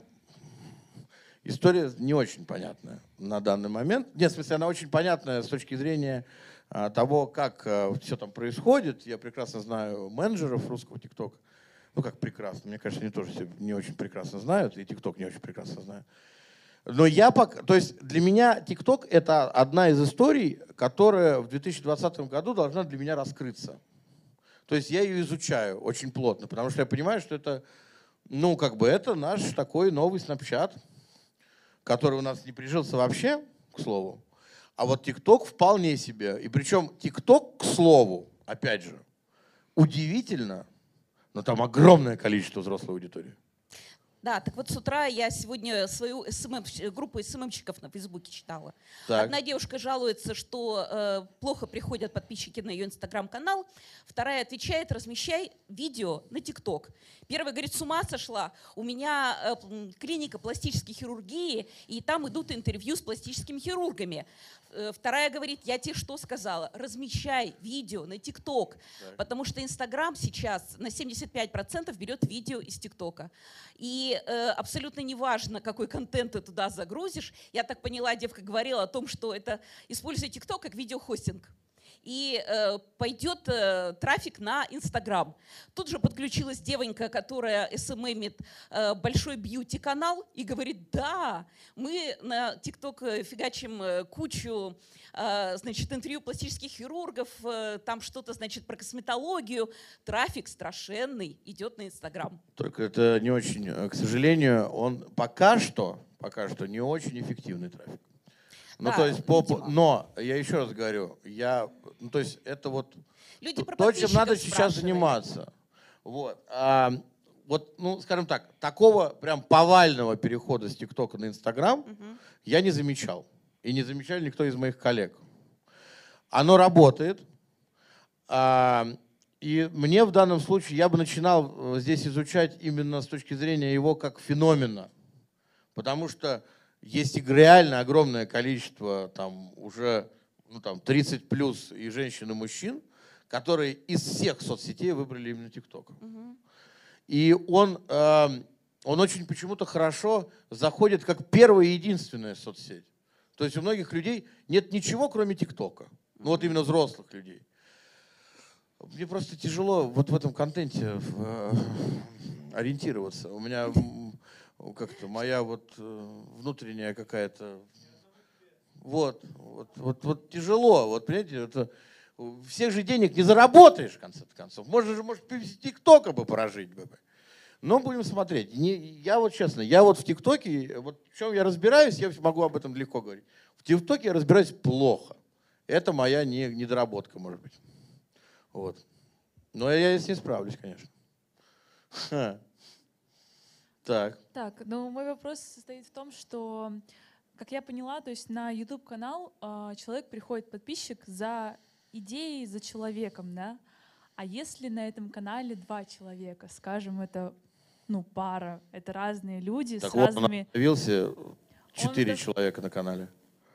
история не очень понятная на данный момент. Нет, в смысле, она очень понятная с точки зрения того, как все там происходит. Я прекрасно знаю менеджеров русского ТикТока. Ну, как прекрасно. Мне кажется, они тоже все не очень прекрасно знают, и ТикТок не очень прекрасно знаю. Но я пока... То есть для меня ТикТок — это одна из историй, которая в две тысячи двадцатом году должна для меня раскрыться. То есть я ее изучаю очень плотно, потому что я понимаю, что это, ну, как бы это наш такой новый Snapchat, который у нас не прижился вообще, к слову. А вот ТикТок вполне себе. И причем ТикТок, к слову, опять же, удивительно, но там огромное количество взрослой аудитории. Да, так вот с утра я сегодня свою эс эм эм, группу эс эм эм-щиков на Фейсбуке читала. Так. Одна девушка жалуется, что э, плохо приходят подписчики на ее инстаграм-канал. Вторая отвечает: размещай видео на ТикТок. Первая говорит: с ума сошла, у меня э, клиника пластической хирургии, и там идут интервью с пластическими хирургами. Э, вторая говорит: я тебе что сказала? Размещай видео на ТикТок. Потому что Инстаграм сейчас на семьдесят пять процентов берет видео из ТикТока. И э, абсолютно неважно, какой контент ты туда загрузишь. Я так поняла, девка говорила о том, что это используй ТикТок как видеохостинг. И э, пойдет э, трафик на Инстаграм. Тут же подключилась девонька, которая эс эм эм-ит э, большой бьюти-канал и говорит: да, мы на ТикТок фигачим э, кучу э, значит, интервью пластических хирургов, э, там что-то, значит, про косметологию. Трафик страшенный идет на Инстаграм. Только это не очень, к сожалению, он пока что, пока что не очень эффективный трафик. Ну, Да, то есть, по, видимо. но, я еще раз говорю, я, ну, то есть, это вот Люди про то, чем надо подписчиков сейчас спрашивают. заниматься. Вот. А, вот, ну, скажем так, такого прям повального перехода с ТикТока на Инстаграм Мгм. я не замечал. И не замечал никто из моих коллег. Оно работает. А, и мне в данном случае, я бы начинал здесь изучать именно с точки зрения его как феномена. Потому что есть реально огромное количество там уже ну, там, тридцать плюс и женщин, и мужчин, которые из всех соцсетей выбрали именно ТикТок. Мгм. И он, э, он очень почему-то хорошо заходит как первая и единственная соцсеть. То есть у многих людей нет ничего, кроме ТикТока. Ну вот именно взрослых людей. Мне просто тяжело вот в этом контенте э, ориентироваться. У меня как-то моя вот э, внутренняя какая-то... Вот, вот, вот, вот тяжело. Вот, понимаете, это, всех же денег не заработаешь, в конце концов. Можно же, может, ТикТока бы прожить бы. Но будем смотреть. Не, я вот честно, я вот в ТикТоке, вот в чем я разбираюсь, я могу об этом легко говорить. В ТикТоке я разбираюсь плохо. Это моя не, недоработка, может быть. Вот. Но я с ней справлюсь, конечно. Ха. Так. Так, ну мой вопрос состоит в том, что, как я поняла, то есть на YouTube-канал э, человек приходит, подписчик, за идеей, за человеком, да? А если на этом канале два человека, скажем, это ну, пара, это разные люди Так с вот, разными... он появился четыре Он- человека на канале.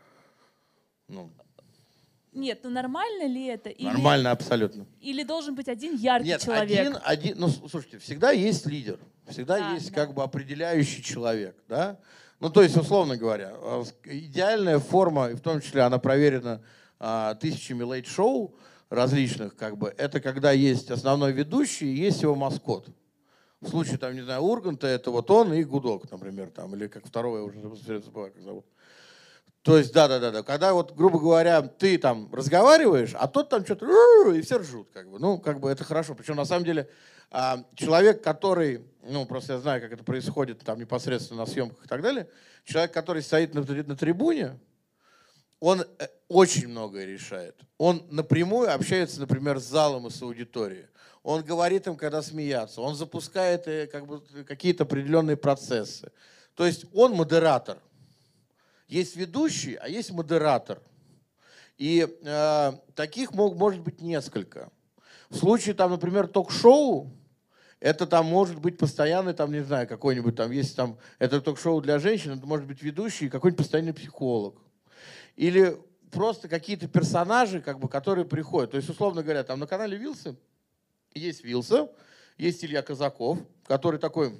Ну, Нет, ну нормально ли это? Или, нормально абсолютно. или должен быть один яркий Нет, человек? один, один, ну, слушайте, всегда есть лидер, всегда Да, есть да. как бы определяющий человек, да? Ну, то есть, условно говоря, э, идеальная форма, и в том числе она проверена а, тысячами лейт-шоу различных, как бы, это когда есть основной ведущий и есть его маскот. В случае, там, не знаю, Урганта, это вот он и Гудок, например, там, или как второго, я уже забываю, как зовут. То есть, да-да-да, когда вот, грубо говоря, ты там разговариваешь, а тот там что-то, и все ржут, как бы. Ну, как бы это хорошо. Причем, на самом деле, А человек, который, ну, просто я знаю, как это происходит там непосредственно на съемках и так далее, человек, который стоит на, на трибуне, он очень многое решает. Он напрямую общается, например, с залом и с аудиторией. Он говорит им, когда смеяться. Он запускает как бы, какие-то определенные процессы. То есть он модератор. Есть ведущий, а есть модератор. И э, таких мог, может быть несколько. В случае, там, например, ток-шоу, это там может быть постоянный, там, не знаю, какой-нибудь там, если там это ток-шоу для женщин, это может быть ведущий и какой-нибудь постоянный психолог. Или просто какие-то персонажи, как бы, которые приходят. То есть, условно говоря, там на канале Вилсы есть Вилса, есть Илья Казаков, который такой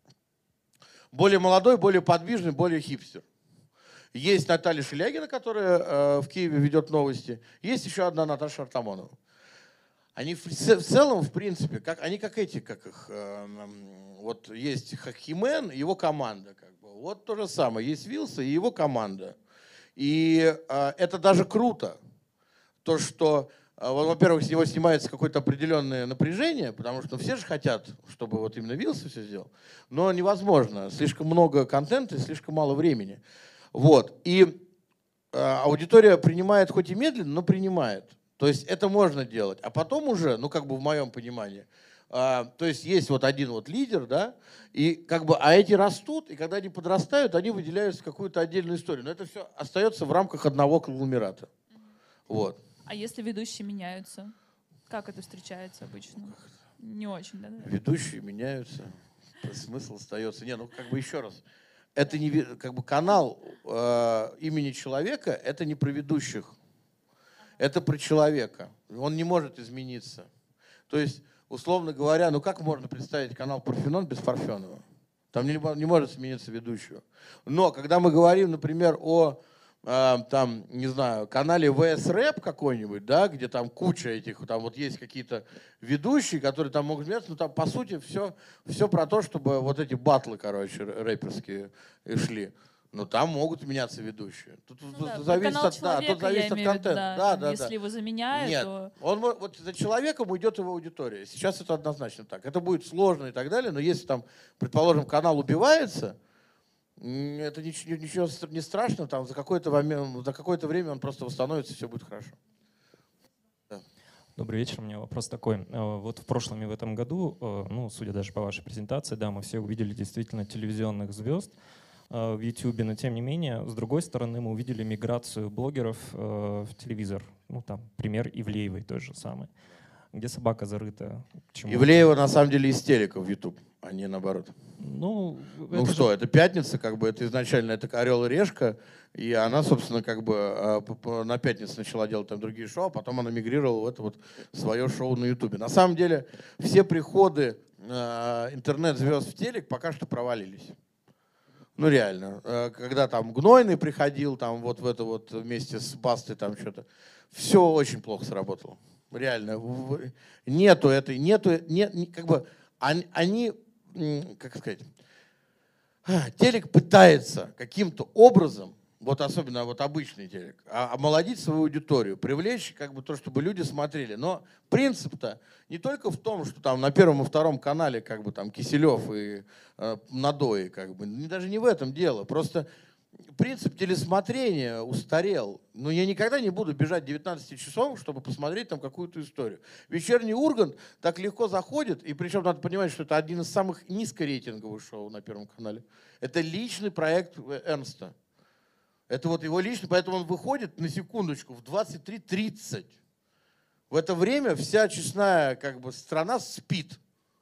более молодой, более подвижный, более хипстер. Есть Наталья Шелягина, которая э, в Киеве ведет новости. Есть еще одна Наташа Артамонова. Они в, в целом, в принципе, как, они как эти, как их, э, вот есть Хакимен и его команда. Как бы. Вот то же самое. Есть Вилса и его команда. И э, это даже круто. То, что, э, вот, во-первых, с него снимается какое-то определенное напряжение, потому что все же хотят, чтобы вот именно Вилса все сделал. Но невозможно. Слишком много контента и слишком мало времени. Вот. И э, аудитория принимает хоть и медленно, но принимает. То есть это можно делать. А потом уже, ну как бы в моем понимании, э, то есть есть вот один вот лидер, да, и как бы, а эти растут, и когда они подрастают, они выделяются в какую-то отдельную историю. Но это все остается в рамках одного конгломерата. Вот. А если ведущие меняются? Как это встречается обычно? Не очень, да? Ведущие меняются, смысл остается. Не, ну как бы еще раз. Это не как бы канал э, имени человека, это не про ведущих, это про человека. Он не может измениться. То есть, условно говоря, ну как можно представить канал Парфенон без Парфенова? Там не, не может смениться ведущего. Но когда мы говорим, например, о э, там, не знаю, канале ви эс Рэп какой-нибудь, да, где там куча этих, там вот есть какие-то ведущие, которые там могут меняться, но там по сути все, все про то, чтобы вот эти батлы, короче, рэперские шли. Но там могут меняться ведущие. Тут, Ну, тут да, зависит от, да, тут я зависит от имею в виду, контента. да, Да, там, да, если да. его заменяют, Нет, то... он, мо- вот за человеком уйдет его аудитория. Сейчас это однозначно так. Это будет сложно и так далее, но если там, предположим, канал убивается, м, это ничего, ничего стр- не страшного, там за какое-то время, за какое-то время он просто восстановится, все будет хорошо. Добрый вечер, у меня вопрос такой. Э, Вот в прошлом и в этом году, э, ну, судя даже по вашей презентации, да, мы все увидели действительно телевизионных звезд э, в Ютубе, но тем не менее, с другой стороны, мы увидели миграцию блогеров э, в телевизор. Ну, там, пример Ивлеевой той же самой. Где собака зарыта? К чему? Ивлеева на самом деле из телека в YouTube, а не наоборот. Ну, Ну это что, же- это пятница, как бы это изначально это Орел и Решка, и она, собственно, как бы э, п- п- на пятницу начала делать там другие шоу, а потом она мигрировала в это вот свое шоу на Ютубе. На самом деле все приходы э, интернет-звезд в телек пока что провалились. Ну реально, Э, когда там Гнойный приходил, там вот в это вот вместе с Бастой там что-то, все очень плохо сработало. Реально, в- нету этой, нету, нет, не- как бы они, они, м, как сказать, а, телек пытается каким-то образом, вот особенно вот обычный телек, а- омолодить свою аудиторию, привлечь как бы то, чтобы люди смотрели. Но принцип-то не только в том, что там на первом и втором канале как бы там Киселев и э, Надои, как бы, не- даже не в этом дело. Просто принцип телесмотрения устарел. Но я никогда не буду бежать девятнадцать часов, чтобы посмотреть там какую-то историю. Вечерний Ургант так легко заходит, и причем надо понимать, что это один из самых низкорейтинговых шоу на Первом канале. Это личный проект Эрнста. Это вот его личный, поэтому он выходит на секундочку в двадцать три тридцать. В это время вся честная как бы страна спит.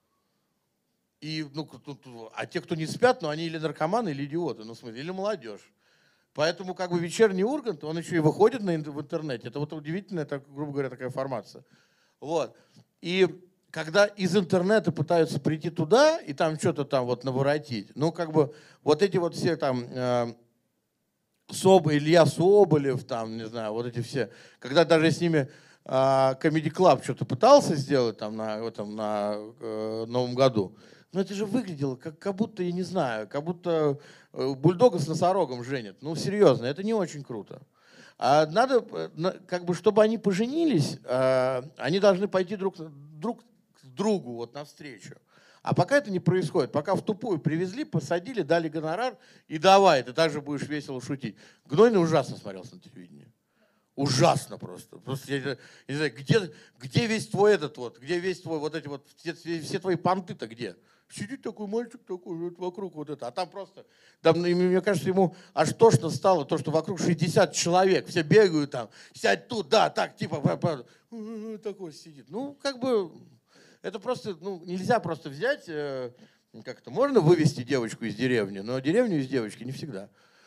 И, ну, тут- тут- а те, кто не спят, ну, они или наркоманы, или идиоты, ну, в смысле, или молодежь. Поэтому как бы вечерний Ургант, он еще и выходит на, ин- в интернете. Это вот удивительная, так, грубо говоря, такая формация. Вот. И когда из интернета пытаются прийти туда и там что-то там вот наворотить, ну, как бы вот эти вот все там э, Соб, Илья Соболев, там, не знаю, вот эти все, когда даже с ними э, Comedy Club что-то пытался сделать там на, этом, на э, Новом году, но это же выглядело, как, как будто, я не знаю, как будто э, бульдога с носорогом женят. Ну, серьезно, это не очень круто. А надо, э, на- как бы, чтобы они поженились, э, они должны пойти друг, друг с другу вот навстречу. А пока это не происходит, пока в тупую привезли, посадили, дали гонорар и давай, ты также будешь весело шутить. Гнойный ужасно смотрелся на телевидении. Ужасно просто. Просто я, я не знаю, где, где весь твой этот вот, где весь твой вот эти вот, все, все твои понты-то где? Сидит такой мальчик такой вот вокруг вот это, а там просто, там, мне кажется, ему аж тошно стало, то, что вокруг шестьдесят человек, все бегают там, сядь тут, да, так, типа, такой сидит. Ну, как бы... Это просто, ну, нельзя просто взять, э, как-то можно вывести девочку из деревни, но деревню из девочки не всегда.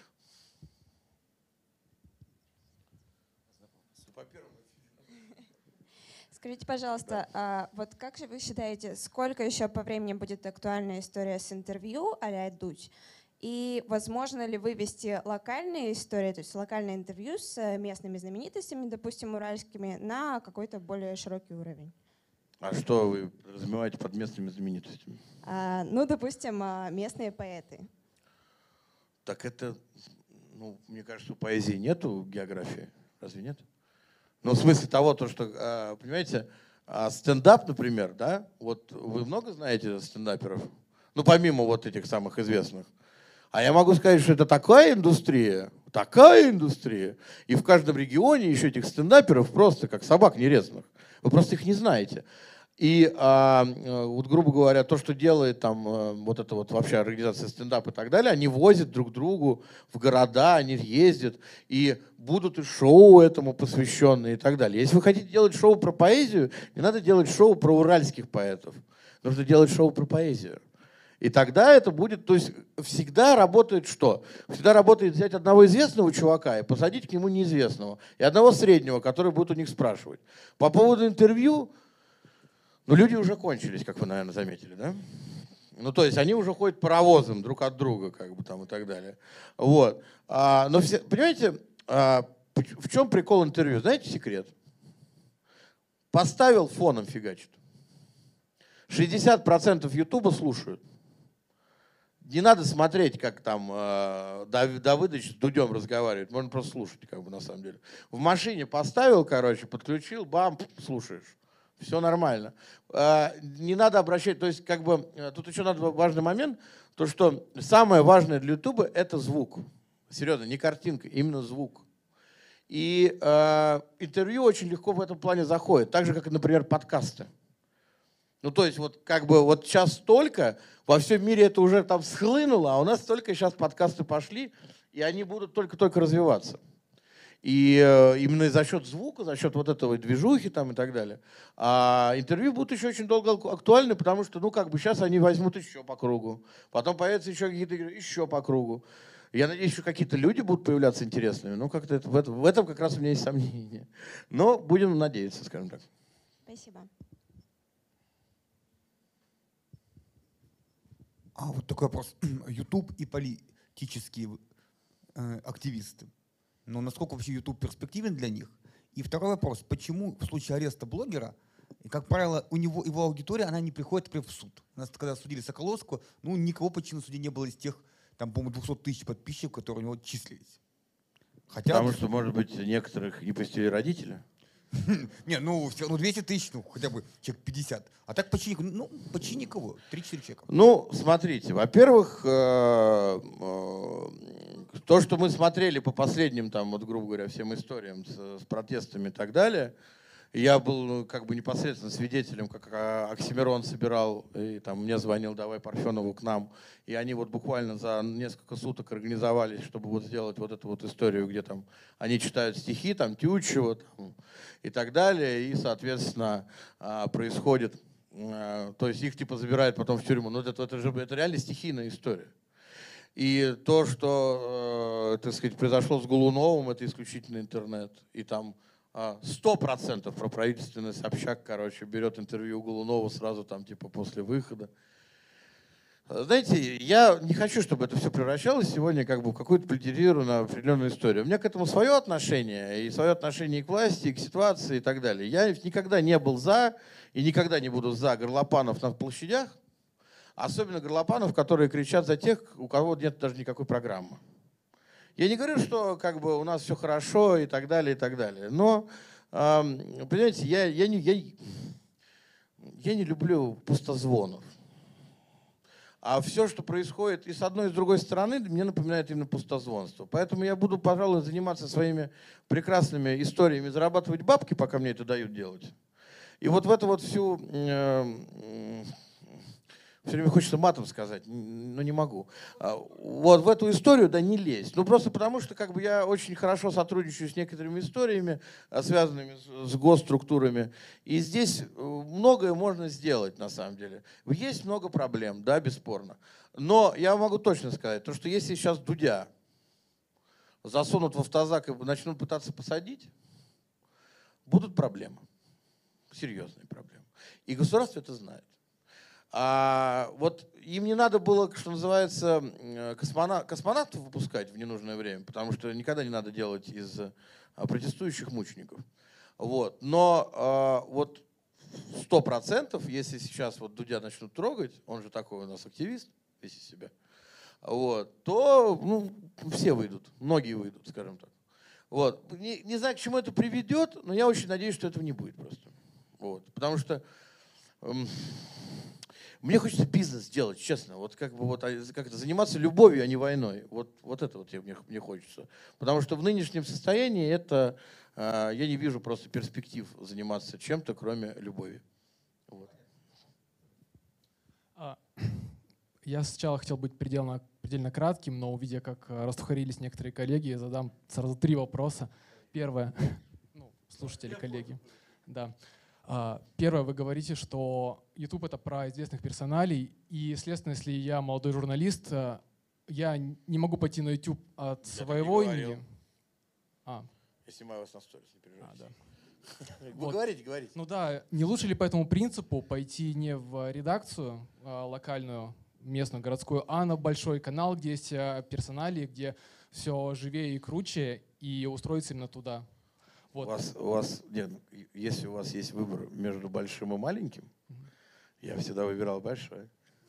Скажите, пожалуйста, а вот как же вы считаете, сколько еще по времени будет актуальна история с интервью а-ля Дудь? И возможно ли вывести локальные истории, то есть локальное интервью с местными знаменитостями, допустим, уральскими, на какой-то более широкий уровень? А что вы разумеваете под местными знаменитостями? А, ну, допустим, местные поэты. Так это, ну, мне кажется, у поэзии нету географии. Разве нет? Ну, в смысле того, то, что, понимаете, стендап, например, да? Вот вы много знаете стендаперов? Ну, помимо вот этих самых известных. А я могу сказать, что это такая индустрия, такая индустрия. И в каждом регионе еще этих стендаперов просто как собак нерезанных. Вы просто их не знаете. И а, вот, грубо говоря, то, что делает там вот эта вот вообще организация стендап и так далее, они возят друг другу в города, они ездят, и будут и шоу этому посвященные и так далее. Если вы хотите делать шоу про поэзию, не надо делать шоу про уральских поэтов. Нужно делать шоу про поэзию. И тогда это будет, то есть всегда работает что? Всегда работает взять одного известного чувака и посадить к нему неизвестного. И одного среднего, который будет у них спрашивать. По поводу интервью, ну люди уже кончились, как вы, наверное, заметили, да? Ну то есть они уже ходят паровозом друг от друга, как бы там и так далее. Вот. А, но все, понимаете, а, в чем прикол интервью? Знаете секрет? Поставил, фоном фигачит. шестьдесят процентов Ютуба слушают. Не надо смотреть, как там э, Давыдович с Дудем разговаривает. Можно просто слушать, как бы на самом деле. В машине поставил, короче, подключил, бам, слушаешь. Все нормально. Э, не надо обращать, то есть как бы э, тут еще надо важный момент, то что самое важное для Ютуба это звук. Серьезно, не картинка, именно звук. И э, интервью очень легко в этом плане заходит, так же как, например, подкасты. Ну, то есть, вот как бы вот сейчас только, во всем мире это уже там схлынуло, а у нас только сейчас подкасты пошли, и они будут только-только развиваться. И э, именно за счет звука, за счет вот этого движухи там и так далее. А интервью будут еще очень долго актуальны, потому что, ну, как бы сейчас они возьмут еще по кругу, потом появятся еще какие-то еще по кругу. Я надеюсь, еще какие-то люди будут появляться интересными. Ну, как-то это, в, этом, в этом как раз у меня есть сомнения. Но будем надеяться, скажем так. Спасибо. А вот такой вопрос. YouTube и политические э, активисты. Но насколько вообще YouTube перспективен для них? И второй вопрос. Почему в случае ареста блогера, как правило, у него его аудитория, она не приходит, например, в суд? У нас, когда судили Соколовского, ну, никого почти на суде не было из тех, там, по-моему, двести тысяч подписчиков, которые у него числились. Хотя... Потому что, может быть, некоторых не пустили родители? Не, ну, ну двести тысяч, ну, хотя бы человек пятьдесят. А так почти никого, ну, почти никого, три-четыре человека. Ну, смотрите, во-первых, то, что мы смотрели по последним, там, вот, грубо говоря, всем историям с, с протестами и так далее, я был, ну, как бы непосредственно свидетелем, как Оксимирон собирал, и там мне звонил, давай Парфенову к нам, и они вот буквально за несколько суток организовались, чтобы вот сделать вот эту вот историю, где там они читают стихи, там, Тютчева, там, и так далее, и, соответственно, происходит, то есть их типа забирают потом в тюрьму, но это, это же это реально стихийная история. И то, что, так сказать, произошло с Голуновым, это исключительно интернет, и там сто процентов про правительственный Собчак, короче, берет интервью у Голунова сразу там типа после выхода. Знаете, я не хочу, чтобы это все превращалось сегодня как бы в какую-то политизированную определенную историю. У меня к этому свое отношение, и свое отношение и к власти, и к ситуации, и так далее. Я никогда не был за, и никогда не буду за горлопанов на площадях, особенно горлопанов, которые кричат за тех, у кого нет даже никакой программы. Я не говорю, что как бы у нас все хорошо и так далее, и так далее. Но, э, понимаете, я, я, не, я, я не люблю пустозвонов. А все, что происходит и с одной, и с другой стороны, мне напоминает именно пустозвонство. Поэтому я буду, пожалуй, заниматься своими прекрасными историями, зарабатывать бабки, пока мне это дают делать. И вот в эту вот всю... Э, все время хочется матом сказать, но не могу. Вот в эту историю, да, не лезть. Ну, просто потому, что как бы я очень хорошо сотрудничаю с некоторыми историями, связанными с госструктурами. И здесь многое можно сделать, на самом деле. Есть много проблем, да, бесспорно. Но я могу точно сказать, то, что если сейчас Дудя засунут в автозак и начнут пытаться посадить, будут проблемы. Серьезные проблемы. И государство это знает. А вот им не надо было, что называется, космона, космонавтов выпускать в ненужное время, потому что никогда не надо делать из протестующих мучеников. Вот. Но а, вот сто процентов, если сейчас вот Дудя начнут трогать, он же такой у нас активист, весь из себя, вот, то ну, все выйдут, многие выйдут, скажем так. Вот. Не, не знаю, к чему это приведет, но я очень надеюсь, что этого не будет просто. Вот. Потому что... Эм, Мне хочется бизнес делать, честно, вот как бы вот как-то заниматься любовью, а не войной. Вот, вот это вот мне, мне хочется. Потому что в нынешнем состоянии это, э, я не вижу просто перспектив заниматься чем-то, кроме любови. Вот. Я сначала хотел быть предельно, предельно кратким, но увидя, как растухарились некоторые коллеги, я задам сразу три вопроса. Первое, ну, слушатели, коллеги. Да. Первое, вы говорите, что YouTube — это про известных персоналей, и, следственно, если я молодой журналист, я не могу пойти на YouTube от я своего имени. А. Я снимаю вас на сторис, не переживайте. А, да. Вы вот. говорите, говорите. Ну да, не лучше ли по этому принципу пойти не в редакцию а, локальную, местную, городскую, а на большой канал, где есть персонали, где все живее и круче, и устроиться именно туда? Вот. У вас, у вас, нет, если у вас есть выбор между большим и маленьким, mm-hmm. я всегда выбирал большой.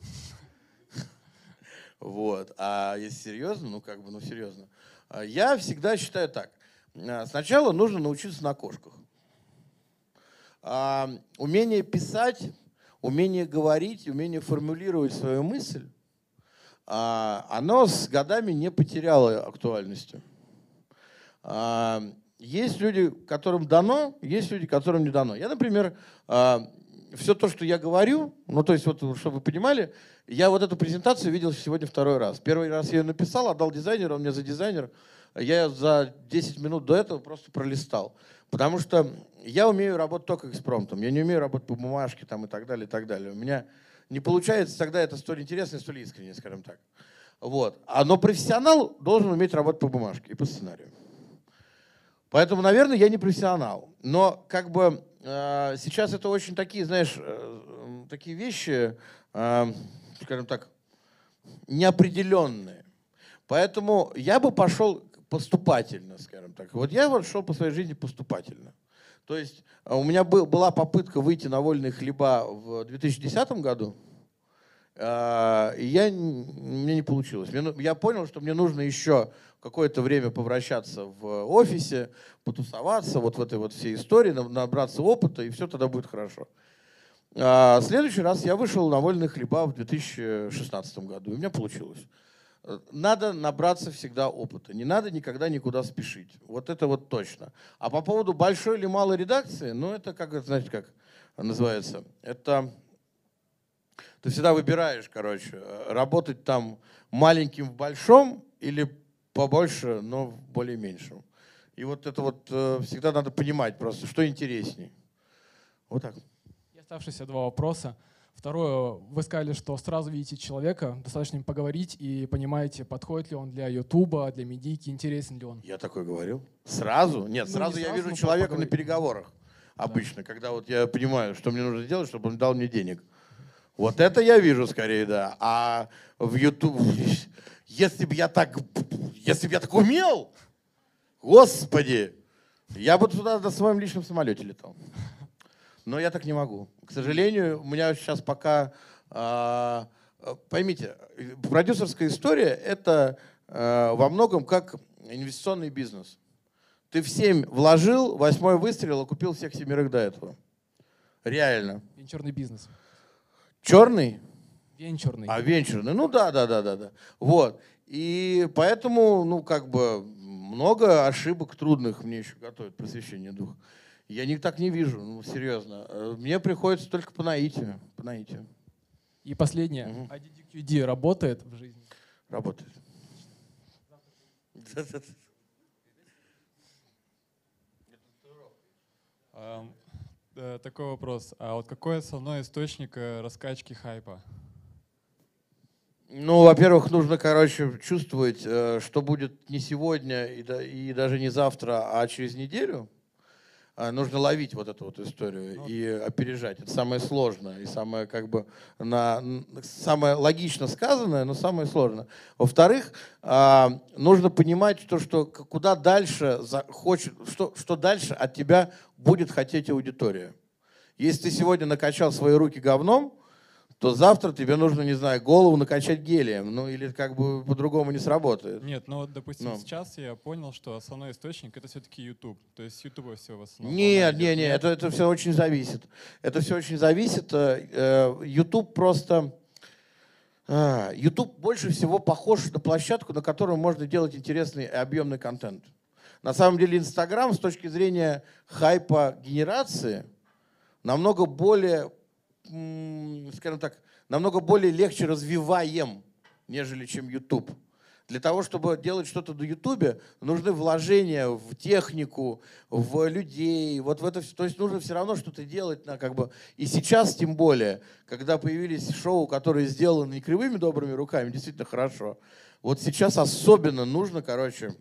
Вот. А если серьезно, ну как бы, ну серьезно. Я всегда считаю так. Сначала нужно научиться на кошках. Умение писать, умение говорить, умение формулировать свою мысль, оно с годами не потеряло актуальности. Есть люди, которым дано, есть люди, которым не дано. Я, например, все то, что я говорю, ну то есть, вот, чтобы вы понимали, я вот эту презентацию видел сегодня второй раз. Первый раз я ее написал, отдал дизайнеру, он мне за дизайнер. Я ее за десять минут до этого просто пролистал. Потому что я умею работать только экспромтом. Я не умею работать по бумажке там, и так далее, и так далее. У меня не получается тогда это столь интересно, столь искренне, скажем так. Вот. А, но профессионал должен уметь работать по бумажке и по сценарию. Поэтому, наверное, я не профессионал. Но как бы э, сейчас это очень такие, знаешь, э, такие вещи, э, скажем так, неопределенные. Поэтому я бы пошел поступательно, скажем так. Вот я вот шел по своей жизни поступательно. То есть у меня был, была попытка выйти на вольные хлеба в две тысячи десятом году, э, и я, мне не получилось. Мне, я понял, что мне нужно еще какое-то время повращаться в офисе, потусоваться вот в этой вот всей истории, набраться опыта, и все тогда будет хорошо. А в следующий раз я вышел на вольные хлеба в две тысячи шестнадцатом году, и у меня получилось. Надо набраться всегда опыта, не надо никогда никуда спешить. Вот это вот точно. А по поводу большой или малой редакции, ну это как, знаете, как называется, это ты всегда выбираешь, короче, работать там маленьким в большом или побольше, но в более меньшем. И вот это вот э, всегда надо понимать просто, что интересней. Вот так. И оставшиеся два вопроса. Второе, вы сказали, что сразу видите человека, достаточно им поговорить и понимаете, подходит ли он для Ютуба, для медийки, интересен ли он. Я такое говорил? Сразу? Нет, ну, сразу не я сразу, вижу человека поговорить. на переговорах обычно, да. Когда вот я понимаю, что мне нужно сделать, чтобы он дал мне денег. Вот это я вижу скорее, да. А в YouTube, если бы я так, если бы я так умел, господи, я бы туда на своем личном самолете летал. Но я так не могу. К сожалению, у меня сейчас пока, э, поймите, продюсерская история — это э, во многом как инвестиционный бизнес. Ты в семь вложил, восьмой выстрелил, а купил всех семерых до этого. Реально. Венчурный бизнес. Черный? Венчурный. А, венчурный. Ну да, да, да, да, да. Вот. И поэтому, ну, как бы, много ошибок трудных мне еще готовят просвещение духа. Я не, так не вижу, ну, серьезно. Мне приходится только по наитию. По наитию. И последнее. Угу. ай ди ди кью ди работает в жизни? Работает. А, э, такой вопрос. А вот какой основной источник э, раскачки хайпа? Ну, во-первых, нужно, короче, чувствовать, э, что будет не сегодня и, да, и даже не завтра, а через неделю. А нужно ловить вот эту вот историю и опережать. Это самое сложное и самое, как бы, на, самое логично сказанное, но самое сложное. Во-вторых, а, нужно понимать, что, что куда дальше захочет, что, что дальше от тебя будет хотеть аудитория. Если ты сегодня накачал свои руки говном, то завтра тебе нужно, не знаю, голову накачать гелием. Ну, или как бы по-другому не сработает. Нет, ну вот, допустим, Ну. сейчас я понял, что основной источник — это все-таки YouTube. То есть с YouTube все в основном. Нет, волна нет, идет. нет, это, это все очень зависит. Это все очень зависит. Э, YouTube просто... а, YouTube больше всего похож на площадку, на которой можно делать интересный и объемный контент. На самом деле Instagram с точки зрения хайпа генерации намного более, м, скажем так, намного более легче развиваем, нежели чем YouTube. Для того, чтобы делать что-то на YouTube, нужны вложения в технику, в людей, вот в это все. То есть нужно все равно что-то делать. На, как бы, и сейчас, тем более, когда появились шоу, которые сделаны не кривыми добрыми руками, действительно хорошо. Вот сейчас особенно нужно, короче,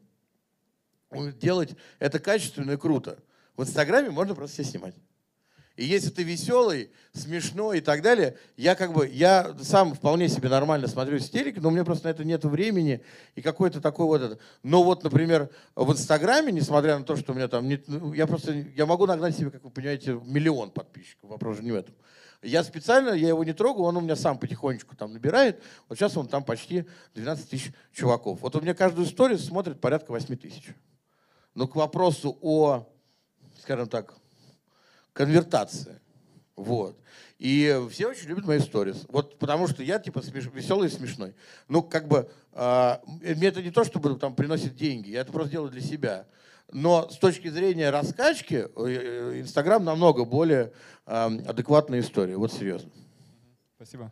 делать это качественно и круто. В Инстаграме можно просто себя снимать. И если ты веселый, смешной и так далее, я как бы, я сам вполне себе нормально смотрю телек, но у меня просто на это нет времени и какой-то такой вот это. Но вот, например, в Инстаграме, несмотря на то, что у меня там, нет, я просто, я могу нагнать себе, как вы понимаете, миллион подписчиков, вопрос же не в этом. Я специально, я его не трогаю, он у меня сам потихонечку там набирает. Вот сейчас он там почти двенадцать тысяч чуваков. Вот у меня каждую историю смотрит порядка восемь тысяч. Но к вопросу о, скажем так, конвертация. Вот. И все очень любят мои сторис. Вот потому что я типа смеш... веселый и смешной. Ну, как бы, э, мне это не то, чтобы там приносит деньги, я это просто делаю для себя. Но с точки зрения раскачки, Инстаграм намного более э, адекватная история. Вот серьезно. Спасибо.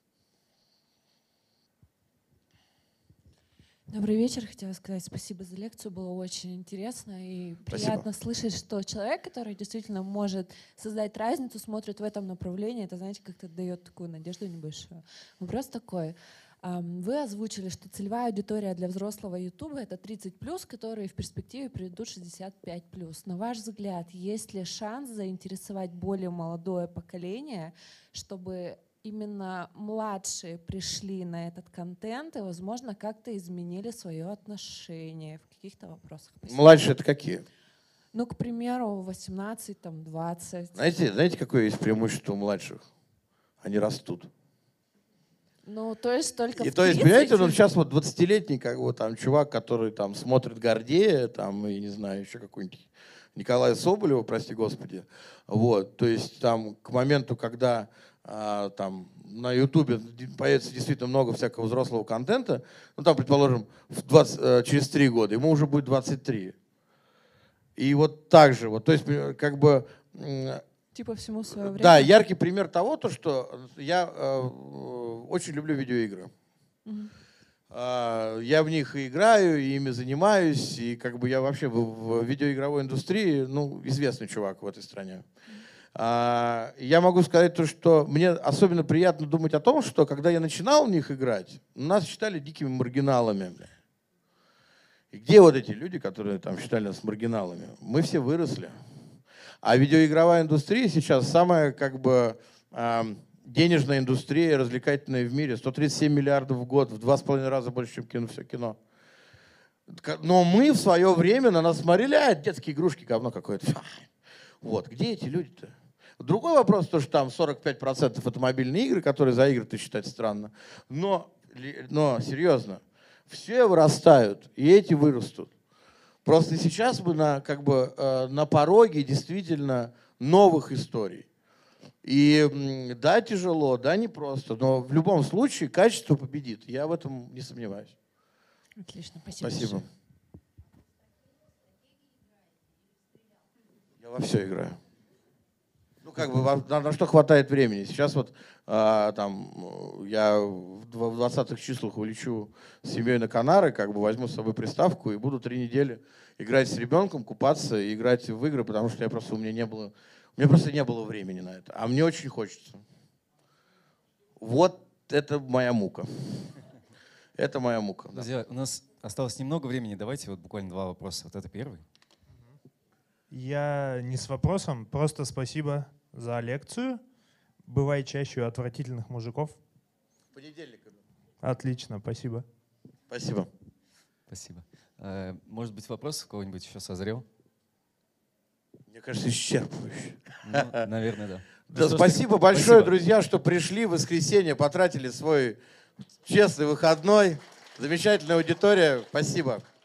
Добрый вечер. Хотела сказать спасибо за лекцию. Было очень интересно и приятно Спасибо. слышать, что человек, который действительно может создать разницу, смотрит в этом направлении. Это, знаете, как-то дает такую надежду небольшую. Вопрос такой. Вы озвучили, что целевая аудитория для взрослого Ютуба — это тридцать плюс, которые в перспективе приведут шестьдесят пять плюс. На ваш взгляд, есть ли шанс заинтересовать более молодое поколение, чтобы именно младшие пришли на этот контент и, возможно, как-то изменили свое отношение в каких-то вопросах? Спасибо. Младшие это какие? Ну, к примеру, восемнадцать, там, двадцать. Знаете, знаете, какое есть преимущество у младших? Они растут. Ну, то есть только И в то есть, тридцать? понимаете, ну сейчас вот двадцатилетний как бы, там, чувак, который там смотрит Гордея, там, и не знаю, еще какой-нибудь Николая Соболева, прости господи. Вот, то есть там к моменту, когда а, там на Ютубе появится действительно много всякого взрослого контента, ну там, предположим, в двадцать, через три года, ему уже будет двадцать три. И вот так же, вот, то есть как бы... Типа всему свое время. Да, яркий пример того, то, что я э, очень люблю видеоигры. Мгм. Э, я в них и играю, и ими занимаюсь, и как бы я вообще в, в видеоигровой индустрии, ну, известный чувак в этой стране. Э, я могу сказать то, что мне особенно приятно думать о том, что когда я начинал в них играть, нас считали дикими маргиналами. И где вот эти люди, которые там считали нас маргиналами? Мы все выросли. А видеоигровая индустрия сейчас самая как бы э, денежная индустрия, развлекательная в мире. сто тридцать семь миллиардов в год, в два с половиной раза больше, чем кино, все кино. Но мы в свое время на нас смотрели, а, детские игрушки, говно какое-то. Вот, где эти люди-то? Другой вопрос, то, что там сорок пять процентов это мобильные игры, которые за игры-то считать странно. Но, но серьезно, все вырастают, и эти вырастут. Просто сейчас мы на, как бы, э, на пороге действительно новых историй. И да, тяжело, да, непросто, но в любом случае качество победит. Я в этом не сомневаюсь. Отлично, спасибо. Спасибо. Я во все играю. Ну, как бы, на, на что хватает времени. Сейчас вот а, там я в двадцатых числах улечу с семьей на Канары, как бы возьму с собой приставку и буду три недели играть с ребенком, купаться и играть в игры, потому что я просто, у меня не было, у меня просто не было времени на это. А мне очень хочется. Вот это моя мука. Это моя мука. Друзья, да. У нас осталось немного времени. Давайте вот буквально два вопроса. Вот это первый. Я не с вопросом, просто спасибо за лекцию. Бывай чаще у отвратительных мужиков. Понедельник. Отлично, спасибо. Спасибо. Спасибо. Может быть, вопрос у кого-нибудь еще созрел? Мне кажется, исчерпывающе. Ну, наверное, да. Да, ну, спасибо большое, спасибо. Друзья, что пришли в воскресенье, потратили свой честный выходной. Замечательная аудитория. Спасибо.